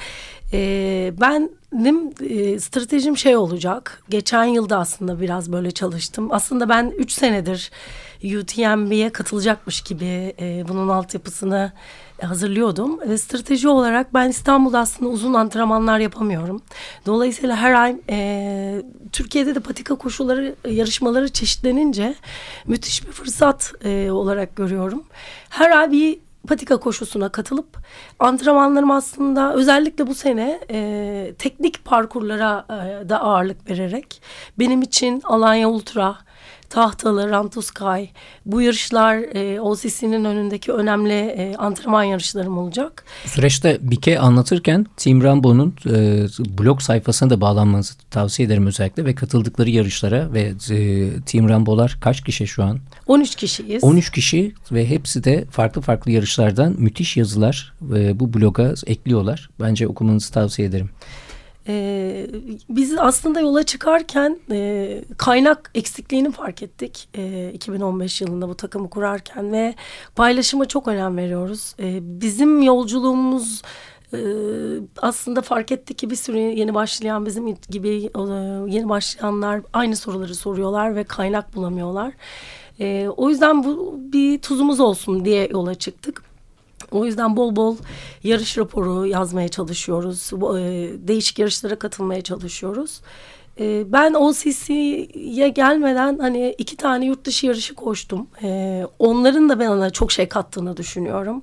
Benim stratejim şey olacak. Geçen yılda aslında biraz böyle çalıştım. Aslında ben 3 senedir UTMB'ye katılacakmış gibi bunun altyapısını hazırlıyordum. Strateji olarak ben İstanbul'da aslında uzun antrenmanlar yapamıyorum. Dolayısıyla her ay Türkiye'de de patika koşuları yarışmaları çeşitlenince müthiş bir fırsat olarak görüyorum. Her ay bir patika koşusuna katılıp antrenmanlarım aslında özellikle bu sene teknik parkurlara da ağırlık vererek benim için Alanya Ultra, Tahtalı, Run to Sky bu yarışlar OCC'nin önündeki önemli antrenman yarışlarım olacak. Bu süreçte Bike anlatırken Team Rambo'nun blog sayfasına da bağlanmanızı tavsiye ederim özellikle ve katıldıkları yarışlara ve Team Rambo'lar kaç kişi şu an? 13 kişiyiz. 13 kişi ve hepsi de farklı yarışlardan müthiş yazılar bu bloga ekliyorlar. Bence okumanızı tavsiye ederim. Biz aslında yola çıkarken kaynak eksikliğini fark ettik 2015 yılında bu takımı kurarken ve paylaşıma çok önem veriyoruz. Bizim yolculuğumuz aslında fark ettik ki bir sürü yeni başlayan bizim gibi yeni başlayanlar aynı soruları soruyorlar ve kaynak bulamıyorlar. O yüzden bu bir tuzumuz olsun diye yola çıktık. O yüzden bol bol yarış raporu yazmaya çalışıyoruz. Değişik yarışlara katılmaya çalışıyoruz. Ben OCC'ye gelmeden hani 2 tane yurt dışı yarışı koştum. Onların da bana çok şey kattığını düşünüyorum.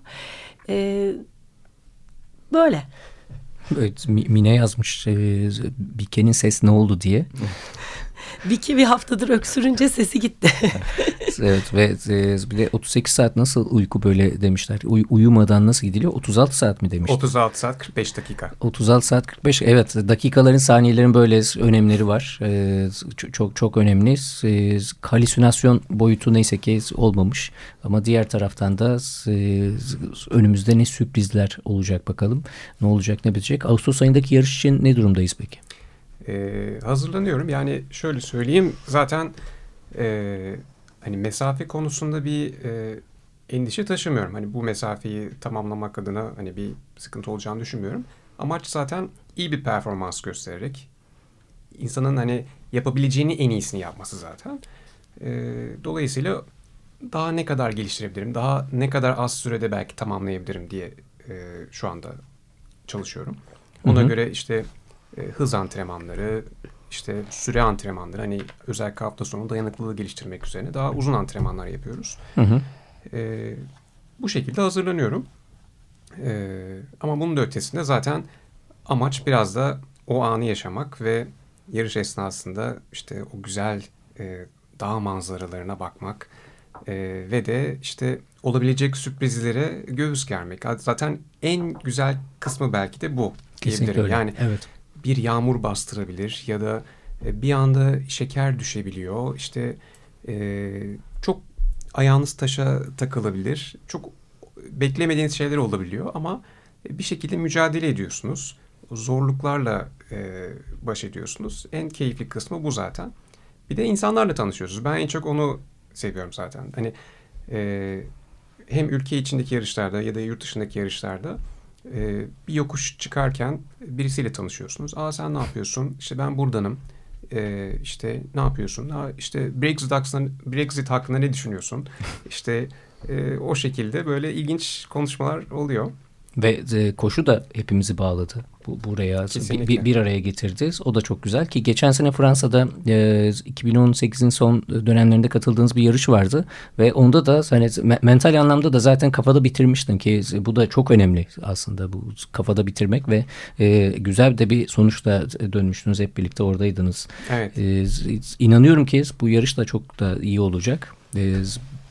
Böyle. Evet, Mine yazmış Bike'nin ses ne oldu diye. Bir haftadır öksürünce sesi gitti. Evet ve bir de 38 saat nasıl uyku böyle demişler. Uyumadan nasıl gidiliyor? 36 saat mi demişler? 36 saat 45 dakika. 36 saat 45 evet dakikaların saniyelerin böyle önemleri var. Çok önemli. Halüsinasyon boyutu neyse ki olmamış. Ama diğer taraftan da önümüzde ne sürprizler olacak bakalım. Ne olacak ne bitecek. Ağustos ayındaki yarış için ne durumdayız peki? Hazırlanıyorum. Yani şöyle söyleyeyim zaten hani mesafe konusunda bir endişe taşımıyorum. Hani bu mesafeyi tamamlamak adına hani bir sıkıntı olacağını düşünmüyorum. Amaç zaten iyi bir performans göstererek insanın hani yapabileceğini en iyisini yapması zaten. Dolayısıyla daha ne kadar geliştirebilirim, daha ne kadar az sürede belki tamamlayabilirim diye şu anda çalışıyorum. Ona göre işte hız antrenmanları, işte süre antrenmanları, hani özellikle hafta sonu dayanıklılığı geliştirmek üzerine daha uzun antrenmanlar yapıyoruz. Bu şekilde hazırlanıyorum. Ama bunun da ötesinde zaten amaç biraz da o anı yaşamak ve yarış esnasında işte o güzel dağ manzaralarına bakmak ve de işte olabilecek sürprizlere göğüs germek. Zaten en güzel kısmı belki de bu. Kesinlikle öyle. Yani evet. Bir yağmur bastırabilir ya da bir anda şeker düşebiliyor. İşte çok ayağınız taşa takılabilir. Çok beklemediğiniz şeyler olabiliyor ama bir şekilde mücadele ediyorsunuz. Zorluklarla baş ediyorsunuz. En keyifli kısmı bu zaten. Bir de insanlarla tanışıyorsunuz. Ben en çok onu seviyorum zaten. Hani hem ülke içindeki yarışlarda ya da yurt dışındaki yarışlarda bir yokuş çıkarken birisiyle tanışıyorsunuz. Aa sen ne yapıyorsun? İşte ben buradanım. İşte ne yapıyorsun? İşte Brexit hakkında ne düşünüyorsun? İşte o şekilde böyle ilginç konuşmalar oluyor. Ve koşu da hepimizi bağladı. Buraya bir araya getirdi. O da çok güzel ki geçen sene Fransa'da 2018'in son dönemlerinde katıldığınız bir yarış vardı ve onda da hani mental anlamda da zaten kafada bitirmiştin ki bu da çok önemli aslında bu kafada bitirmek ve güzel de bir sonuçla dönmüştünüz, hep birlikte oradaydınız. Evet. İnanıyorum ki bu yarış da çok da iyi olacak.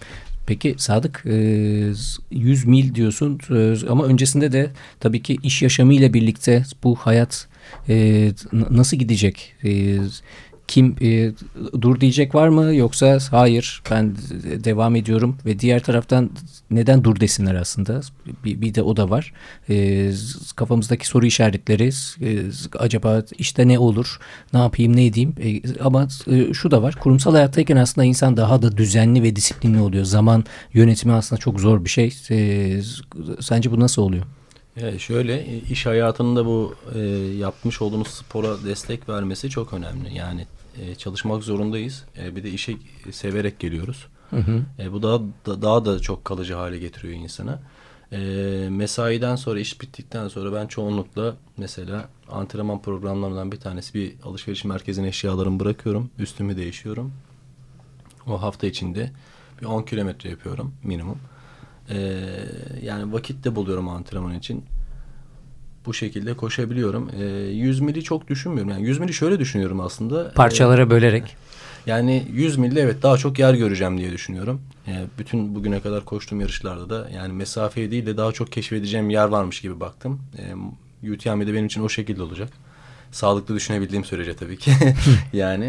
Peki Sadık 100 mil diyorsun ama öncesinde de tabii ki iş yaşamıyla birlikte bu hayat nasıl gidecek? Kim dur diyecek var mı, yoksa hayır ben devam ediyorum ve diğer taraftan neden dur desinler aslında, bir de o da var. Kafamızdaki soru işaretleri, acaba işte ne olur, ne yapayım, ne edeyim, ama şu da var, kurumsal hayattayken aslında insan daha da düzenli ve disiplinli oluyor. Zaman yönetimi aslında çok zor bir şey. Sence bu nasıl oluyor? Şöyle, iş hayatında bu yapmış olduğunuz spora destek vermesi çok önemli. Yani çalışmak zorundayız. Bir de işe severek geliyoruz. Hı hı. Bu daha da çok kalıcı hale getiriyor insana. Mesaiden sonra, iş bittikten sonra ben çoğunlukla mesela antrenman programlarından bir tanesi, bir alışveriş merkezine eşyalarımı bırakıyorum. Üstümü değişiyorum. O hafta içinde bir 10 kilometre yapıyorum minimum. Yani vakit de buluyorum antrenman için. Bu şekilde koşabiliyorum. 100 mili çok düşünmüyorum. Yani 100 mili şöyle düşünüyorum aslında. Parçalara bölerek. Yani 100 milde evet daha çok yer göreceğim diye düşünüyorum. Bütün bugüne kadar koştuğum yarışlarda da yani mesafeye değil de daha çok keşfedeceğim yer varmış gibi baktım. UTMB'de benim için o şekilde olacak. Sağlıklı düşünebildiğim sürece tabii ki. Yani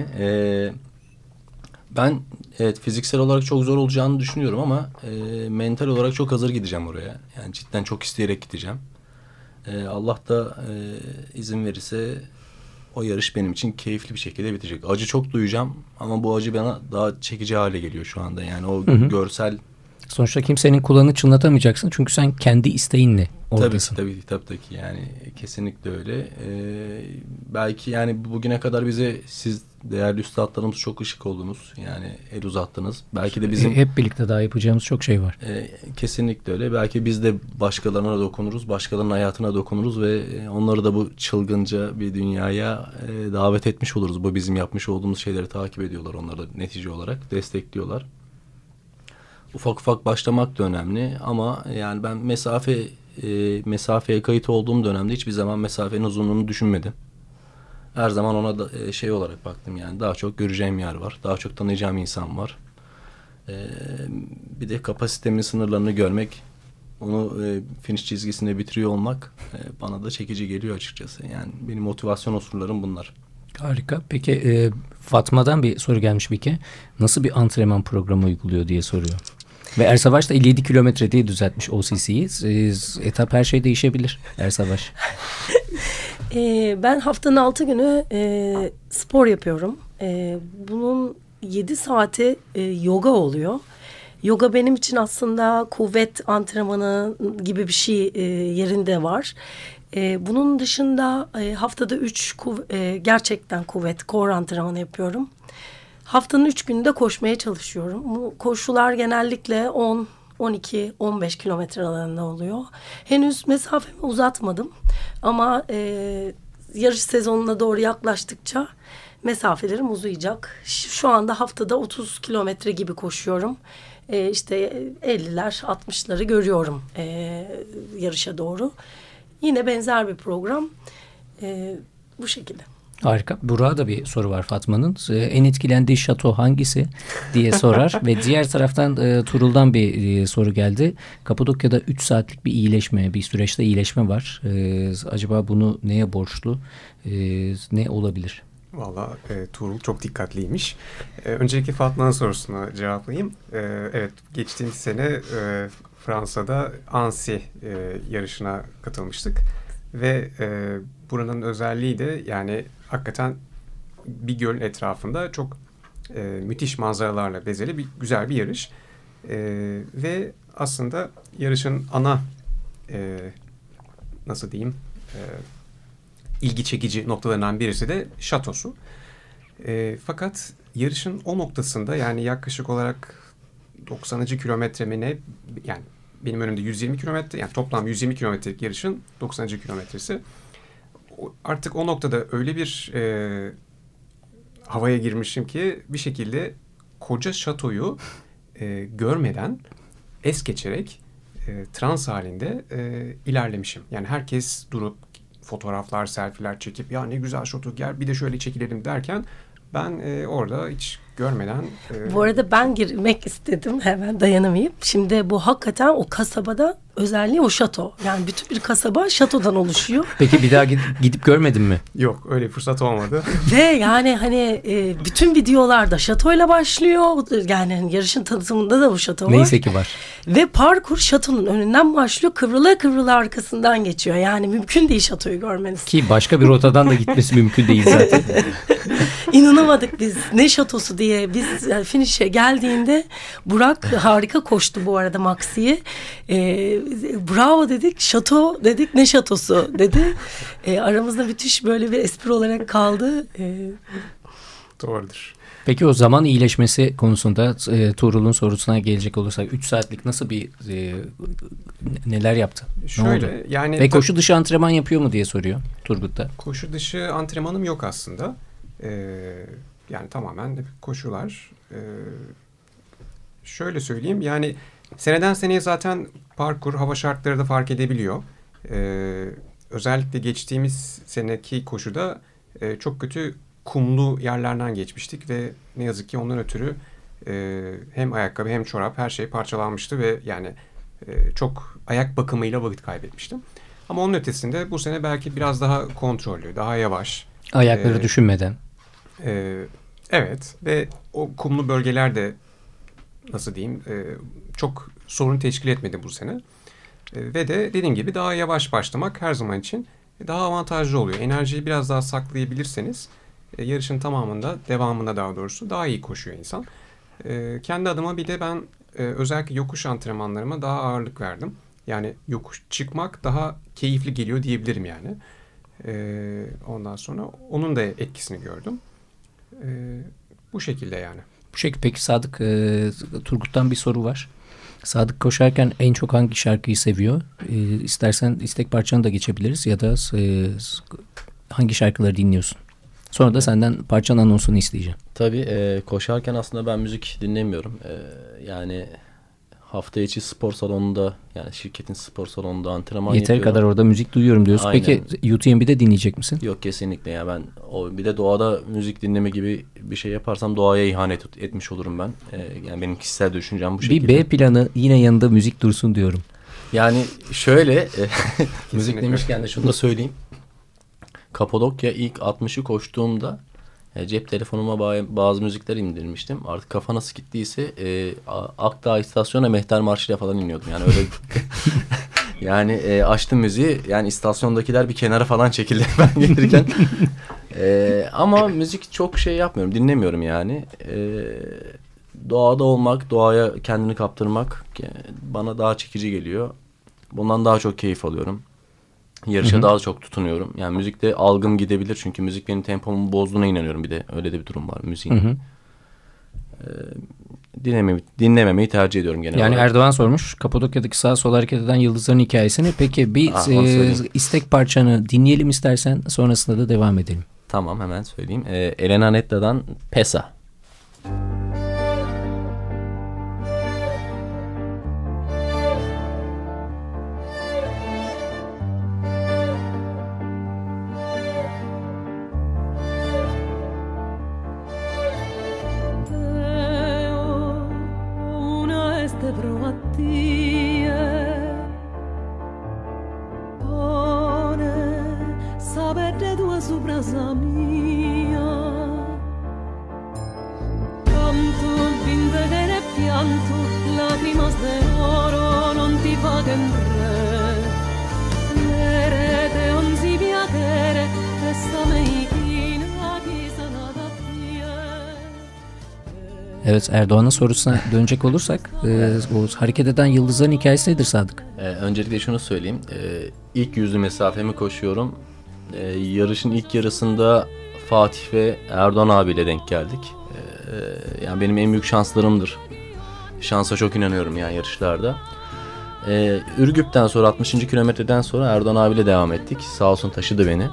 ben evet fiziksel olarak çok zor olacağını düşünüyorum ama mental olarak çok hazır gideceğim oraya. Yani cidden çok isteyerek gideceğim. Allah da izin verirse o yarış benim için keyifli bir şekilde bitecek. Acı çok duyacağım ama bu acı bana daha çekici hale geliyor şu anda. Yani o görsel... Sonuçta kimsenin kulağını çınlatamayacaksın çünkü sen kendi isteğinle oradasın. Tabii ki yani kesinlikle öyle. Belki yani bugüne kadar bize siz değerli üstadlarımız çok ışık oldunuz. Yani el uzattınız. Belki de bizim... Hep birlikte daha yapacağımız çok şey var. Kesinlikle öyle. Belki biz de başkalarına dokunuruz. Başkalarının hayatına dokunuruz ve onları da bu çılgınca bir dünyaya davet etmiş oluruz. Bu bizim yapmış olduğumuz şeyleri takip ediyorlar. Onları da netice olarak destekliyorlar. Ufak ufak başlamak da önemli ama yani ben mesafeye kayıt olduğum dönemde hiçbir zaman mesafenin uzunluğunu düşünmedim. Her zaman ona da şey olarak baktım, yani daha çok göreceğim yer var, daha çok tanıyacağım insan var. Bir de kapasitemin sınırlarını görmek, onu finish çizgisinde bitiriyor olmak bana da çekici geliyor açıkçası. Yani benim motivasyon unsurlarım bunlar. Harika. Peki Fatma'dan bir soru gelmiş Bike. Nasıl bir antrenman programı uyguluyor diye soruyor. Ve Ersavaş da 57 kilometre diye düzeltmiş OCC'yi. Etap her şey değişebilir Ersavaş. Ben haftanın 6 günü spor yapıyorum. Bunun 7 saati yoga oluyor. Yoga benim için aslında kuvvet antrenmanı gibi bir şey yerinde var. Bunun dışında haftada 3 gerçekten kuvvet, core antrenmanı yapıyorum. Haftanın 3 gününde koşmaya çalışıyorum. Bu koşular genellikle 10, 12, 15 kilometre alanında oluyor. Henüz mesafemi uzatmadım. Ama yarış sezonuna doğru yaklaştıkça mesafelerim uzayacak. Şu anda haftada 30 kilometre gibi koşuyorum. İşte 50'ler, 60'ları görüyorum yarışa doğru. Yine benzer bir program. Bu şekilde. Harika. Burak'a da bir soru var Fatma'nın. En etkilendiği şato hangisi diye sorar. Ve diğer taraftan Turul'dan bir soru geldi. Kapadokya'da 3 saatlik bir iyileşme, bir süreçte iyileşme var. Acaba bunu neye borçlu? Ne olabilir? Valla Tuğrul çok dikkatliymiş. Öncelikle Fatma'nın sorusuna cevaplayayım. Evet, geçtiğimiz sene Fransa'da Annecy yarışına katılmıştık. Ve buranın özelliği de yani hakikaten bir gölün etrafında çok müthiş manzaralarla bezeli güzel bir yarış. Ve aslında yarışın ana nasıl diyeyim ilgi çekici noktalarından birisi de şatosu. Fakat yarışın o noktasında yani yaklaşık olarak 90. kilometre mi ne, yani benim önümde 120 kilometre, yani toplam 120 kilometrelik yarışın 90. kilometresi. Artık o noktada öyle bir havaya girmişim ki bir şekilde koca şatoyu görmeden es geçerek trans halinde ilerlemişim. Yani herkes durup fotoğraflar, selfie'ler çekip ya ne güzel şato, gel bir de şöyle çekilelim derken ben orada hiç görmeden... Bu arada ben girmek istedim, hemen dayanamayıp. Şimdi bu hakikaten o kasabada özelliği o şato. Yani bütün bir kasaba şatodan oluşuyor. Peki bir daha gidip görmedin mi? Yok, öyle bir fırsat olmadı. Ve yani hani bütün videolarda şatoyla başlıyor. Yani hani yarışın tanıtımında da bu şato var. Neyse ki var. Ve parkur şatonun önünden başlıyor. Kıvrıla kıvrıla arkasından geçiyor. Yani mümkün değil şatoyu görmeniz. Ki başka bir rotadan da gitmesi mümkün değil zaten. İnanamadık biz. Ne şatosu diye. Biz yani finish'e geldiğinde Burak harika koştu bu arada Maxi'yi. Bravo dedik. Şato dedik. Ne şatosu dedi. Aramızda müthiş böyle bir espri olarak kaldı. Doğrudur. Peki o zaman iyileşmesi konusunda Tuğrul'un sorusuna gelecek olursak 3 saatlik nasıl bir neler yaptı? Şöyle yani... Ve koşu dışı antrenman yapıyor mu diye soruyor Turgut da. Koşu dışı antrenmanım yok aslında. Yani tamamen koşular. Şöyle söyleyeyim, yani seneden seneye zaten parkur, hava şartları da fark edebiliyor. Özellikle geçtiğimiz seneki koşuda çok kötü kumlu yerlerden geçmiştik ve ne yazık ki ondan ötürü hem ayakkabı hem çorap her şey parçalanmıştı ve yani çok ayak bakımıyla vakit kaybetmiştim. Ama onun ötesinde bu sene belki biraz daha kontrollü, daha yavaş. Ayakları düşünmeden. Evet ve o kumlu bölgelerde nasıl diyeyim çok sorun teşkil etmedi bu sene. Ve de dediğim gibi daha yavaş başlamak her zaman için daha avantajlı oluyor. Enerjiyi biraz daha saklayabilirseniz yarışın devamında daha doğrusu daha iyi koşuyor insan. Kendi adıma bir de ben özellikle yokuş antrenmanlarıma daha ağırlık verdim. Yani yokuş çıkmak daha keyifli geliyor diyebilirim yani. Ondan sonra onun da etkisini gördüm. Bu şekilde yani. Bu şekilde. Peki Sadık, Turgut'tan bir soru var. Sadık koşarken en çok hangi şarkıyı seviyor? İstersen istek parçanı da geçebiliriz ya da hangi şarkıları dinliyorsun? Sonra da senden parçanın anonsunu isteyeceğim. Tabii koşarken aslında ben müzik dinlemiyorum. Yani hafta içi spor salonunda, yani şirketin spor salonunda antrenman Yeteri yapıyorum. kadar orada müzik duyuyorum diyorsun. Aynen. Peki UTMB'de dinleyecek misin? Yok, kesinlikle ya, ben bir de doğada müzik dinleme gibi bir şey yaparsam doğaya ihanet etmiş olurum ben. Yani benim kişisel düşüncem bu şekilde. Bir B planı, yine yanında müzik dursun diyorum. Yani şöyle müzik demişken de şunu da söyleyeyim. Kapadokya ilk 60'ı koştuğumda cep telefonuma bazı müzikler indirmiştim. Artık kafa nasıl gittiyse Akdağ istasyona Mehter Marşı'yla falan iniyordum. Yani öyle yani açtım müziği, yani istasyondakiler bir kenara falan çekildi ben gelirken. Ama müzik çok şey yapmıyorum, dinlemiyorum yani. Doğada olmak, doğaya kendini kaptırmak bana daha çekici geliyor. Bundan daha çok keyif alıyorum. Yarışa daha çok tutunuyorum. Yani müzikte algım gidebilir çünkü müzik benim tempomu bozduğuna inanıyorum, bir de öyle de bir durum var müziğin. Dinlememeyi tercih ediyorum genel olarak. Yani Erdoğan sormuş Kapadokya'daki sağa sola hareket eden yıldızların hikayesini. Peki bir istek parçanı dinleyelim istersen, sonrasında da devam edelim. Tamam, hemen söyleyeyim. Elena Netta'dan Pesa. Evet, Erdoğan'ın sorusuna dönecek olursak o hareket eden yıldızların hikayesi nedir Sadık? Öncelikle şunu söyleyeyim. İlk yüzlü mesafemi koşuyorum. Yarışın ilk yarısında Fatih ve Erdoğan abiyle denk geldik. Yani benim en büyük şanslarımdır. Şansa çok inanıyorum yani yarışlarda. Ürgüp'ten sonra 60. kilometreden sonra Erdoğan abiyle devam ettik. Sağ olsun taşıdı beni.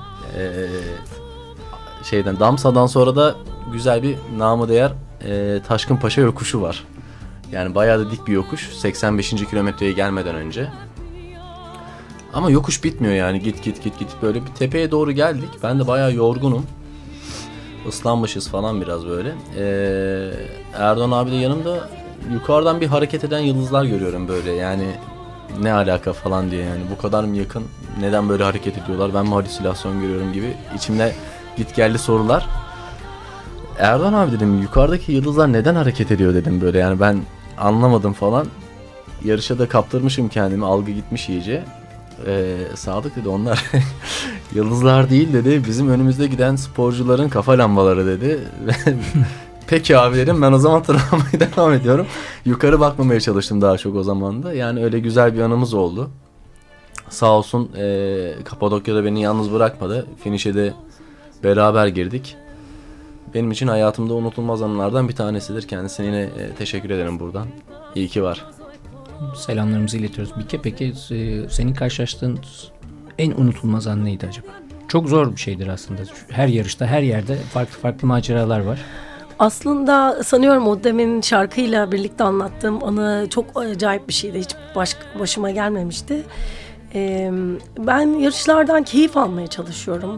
Damsa'dan sonra da güzel bir namı değer Taşkınpaşa yokuşu var. Yani bayağı da dik bir yokuş. 85. kilometreye gelmeden önce. Ama yokuş bitmiyor yani. Git böyle bir tepeye doğru geldik. Ben de bayağı yorgunum. ıslanmışız falan biraz böyle. Erdoğan abi de yanımda, yukarıdan bir hareket eden yıldızlar görüyorum böyle, yani ne alaka falan diye, yani bu kadar mı yakın, neden böyle hareket ediyorlar, ben mi halüsinasyon görüyorum gibi içimde gitgelli sorular. Erdoğan abi dedim, yukarıdaki yıldızlar neden hareket ediyor dedim böyle, yani ben anlamadım falan. Yarışa da kaptırmışım kendimi, algı gitmiş iyice. Sadık dedi, onlar yıldızlar değil dedi, bizim önümüzde giden sporcuların kafa lambaları dedi. Peki abi dedim, ben o zaman tırmanmaya devam ediyorum. Yukarı bakmamaya çalıştım daha çok o zaman da. Yani öyle güzel bir anımız oldu. Sağ olsun Kapadokya'da beni yalnız bırakmadı. Finişe de beraber girdik. Benim için hayatımda unutulmaz anılardan bir tanesidir. Kendisine yine teşekkür ederim buradan. İyi ki var. Selamlarımızı iletiyoruz. Bike, peki senin karşılaştığın en unutulmaz an neydi acaba? Çok zor bir şeydir aslında. Her yarışta, her yerde farklı farklı maceralar var. Aslında sanıyorum o demin şarkıyla birlikte anlattığım anı çok acayip bir şeydi. Hiç başıma gelmemişti. Ben yarışlardan keyif almaya çalışıyorum.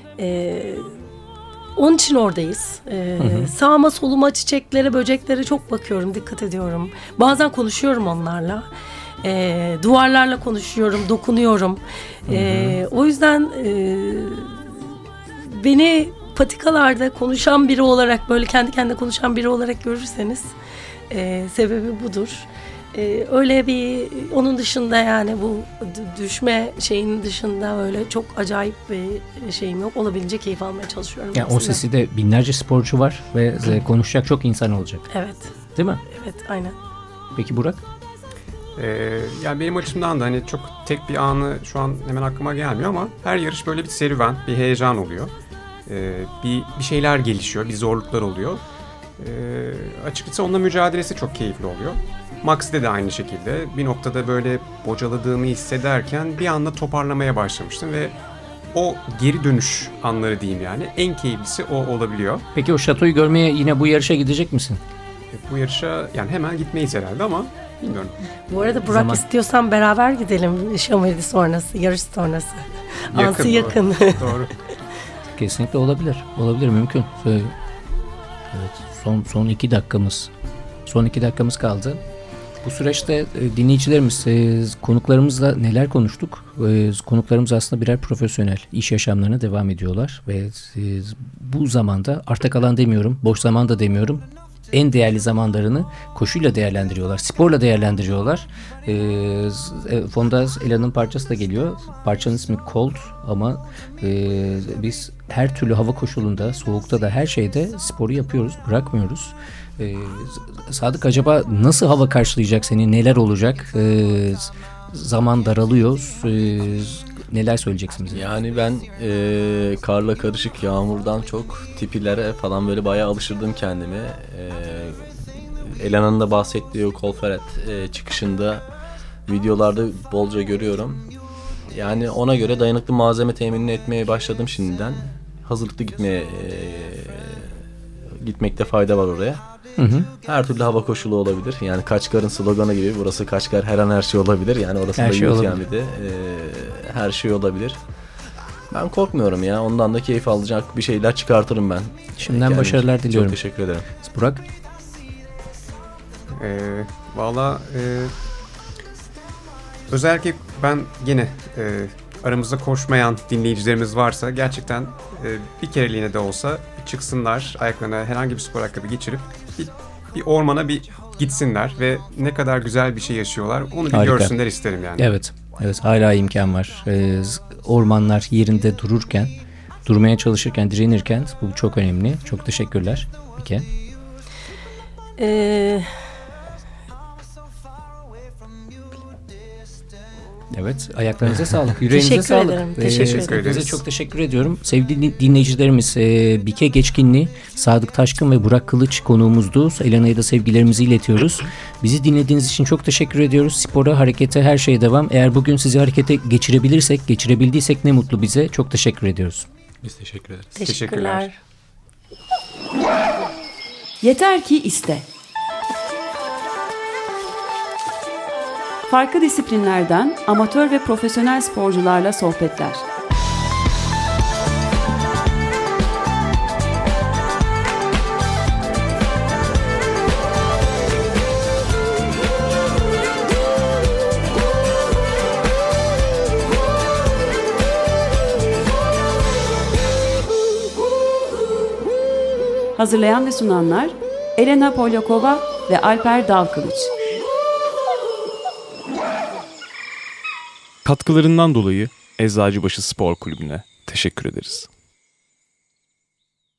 Onun için oradayız. Sağıma soluma, çiçeklere, böceklere çok bakıyorum, dikkat ediyorum. Bazen konuşuyorum onlarla. Duvarlarla konuşuyorum, dokunuyorum. O yüzden beni patikalarda konuşan biri olarak, böyle kendi kendine konuşan biri olarak görürseniz sebebi budur. Öyle bir, onun dışında yani bu düşme şeyinin dışında öyle çok acayip bir şeyim yok. Olabildiğince keyif almaya çalışıyorum. Yani o sesi de binlerce sporcu var ve konuşacak çok insan olacak. Evet. Değil mi? Evet, aynen. Peki Burak? Yani benim açımdan da hani çok tek bir anı şu an hemen aklıma gelmiyor ama her yarış böyle bir serüven, bir heyecan oluyor. Bir şeyler gelişiyor, bir zorluklar oluyor. Açıkçası onunla mücadelesi çok keyifli oluyor. Max'te de aynı şekilde bir noktada böyle bocaladığımı hissederken bir anda toparlamaya başlamıştım ve o geri dönüş anları diyeyim, yani en keyiflisi o olabiliyor. Peki o şatoyu görmeye yine bu yarışa gidecek misin? Bu yarışa yani hemen gitmeyiz herhalde ama bilmiyorum. Bu arada Burak, istiyorsan beraber gidelim Şamirdi sonrası, yarış sonrası. Ansı yakın. Doğru. Kesinlikle olabilir. Olabilir, mümkün. Evet, son 2 dakikamız. Son 2 dakikamız kaldı. Bu süreçte dinleyicilerimiz, konuklarımızla neler konuştuk? Konuklarımız aslında birer profesyonel. İş yaşamlarına devam ediyorlar ve bu zamanda arta kalan demiyorum, boş zaman da demiyorum. En değerli zamanlarını koşuyla değerlendiriyorlar, sporla değerlendiriyorlar. Fonda Ela'nın parçası da geliyor. Parçanın ismi Cold ama biz her türlü hava koşulunda, soğukta da her şeyde sporu yapıyoruz, bırakmıyoruz. Sadık, acaba nasıl hava karşılayacak seni, neler olacak? Zaman daralıyor. Neler söyleyeceksin bize? Yani ben karla karışık yağmurdan çok tipilere falan böyle bayağı alıştırdım kendimi. Elana'nın da bahsettiği o Kolferet çıkışında videolarda bolca görüyorum. Yani ona göre dayanıklı malzeme teminini etmeye başladım şimdiden. Hazırlıklı gitmekte fayda var oraya. Her türlü hava koşulu olabilir. Yani Kaçkar'ın sloganı gibi, burası Kaçkar, her an her şey olabilir. Yani orası her da şey yani bir de her şey olabilir. Ben korkmuyorum ya. Ondan da keyif alacak bir şeyler çıkartırım ben. Şimdiden başarılar diliyorum. Çok teşekkür ederim. Burak? Valla özellikle ben yine aramızda koşmayan dinleyicilerimiz varsa gerçekten bir kereliğine de olsa bir çıksınlar, ayaklarına herhangi bir spor ayakkabı geçirip bir ormana bir gitsinler ve ne kadar güzel bir şey yaşıyorlar onu bir görsünler isterim yani. Evet, hala imkan var. Ormanlar yerinde durmaya çalışırken, direnirken bu çok önemli. Çok teşekkürler. Bike. Evet, ayaklarınıza sağlık, yüreğinize sağlık. Teşekkür ederiz. Size çok teşekkür ediyorum. Sevgili dinleyicilerimiz, Bike Geçkinli, Sadık Taşkın ve Burak Kılıç konuğumuzdu. Elena'ya da sevgilerimizi iletiyoruz. Bizi dinlediğiniz için çok teşekkür ediyoruz. Spora, harekete, her şeye devam. Eğer bugün sizi harekete geçirebildiysek ne mutlu bize. Çok teşekkür ediyoruz. Biz teşekkür ederiz. Teşekkürler. Yeter ki iste. Farklı disiplinlerden amatör ve profesyonel sporcularla sohbetler. Hazırlayan ve sunanlar Elena Polyakova ve Alper Dalkılıç. Katkılarından dolayı Eczacıbaşı Spor Kulübü'ne teşekkür ederiz.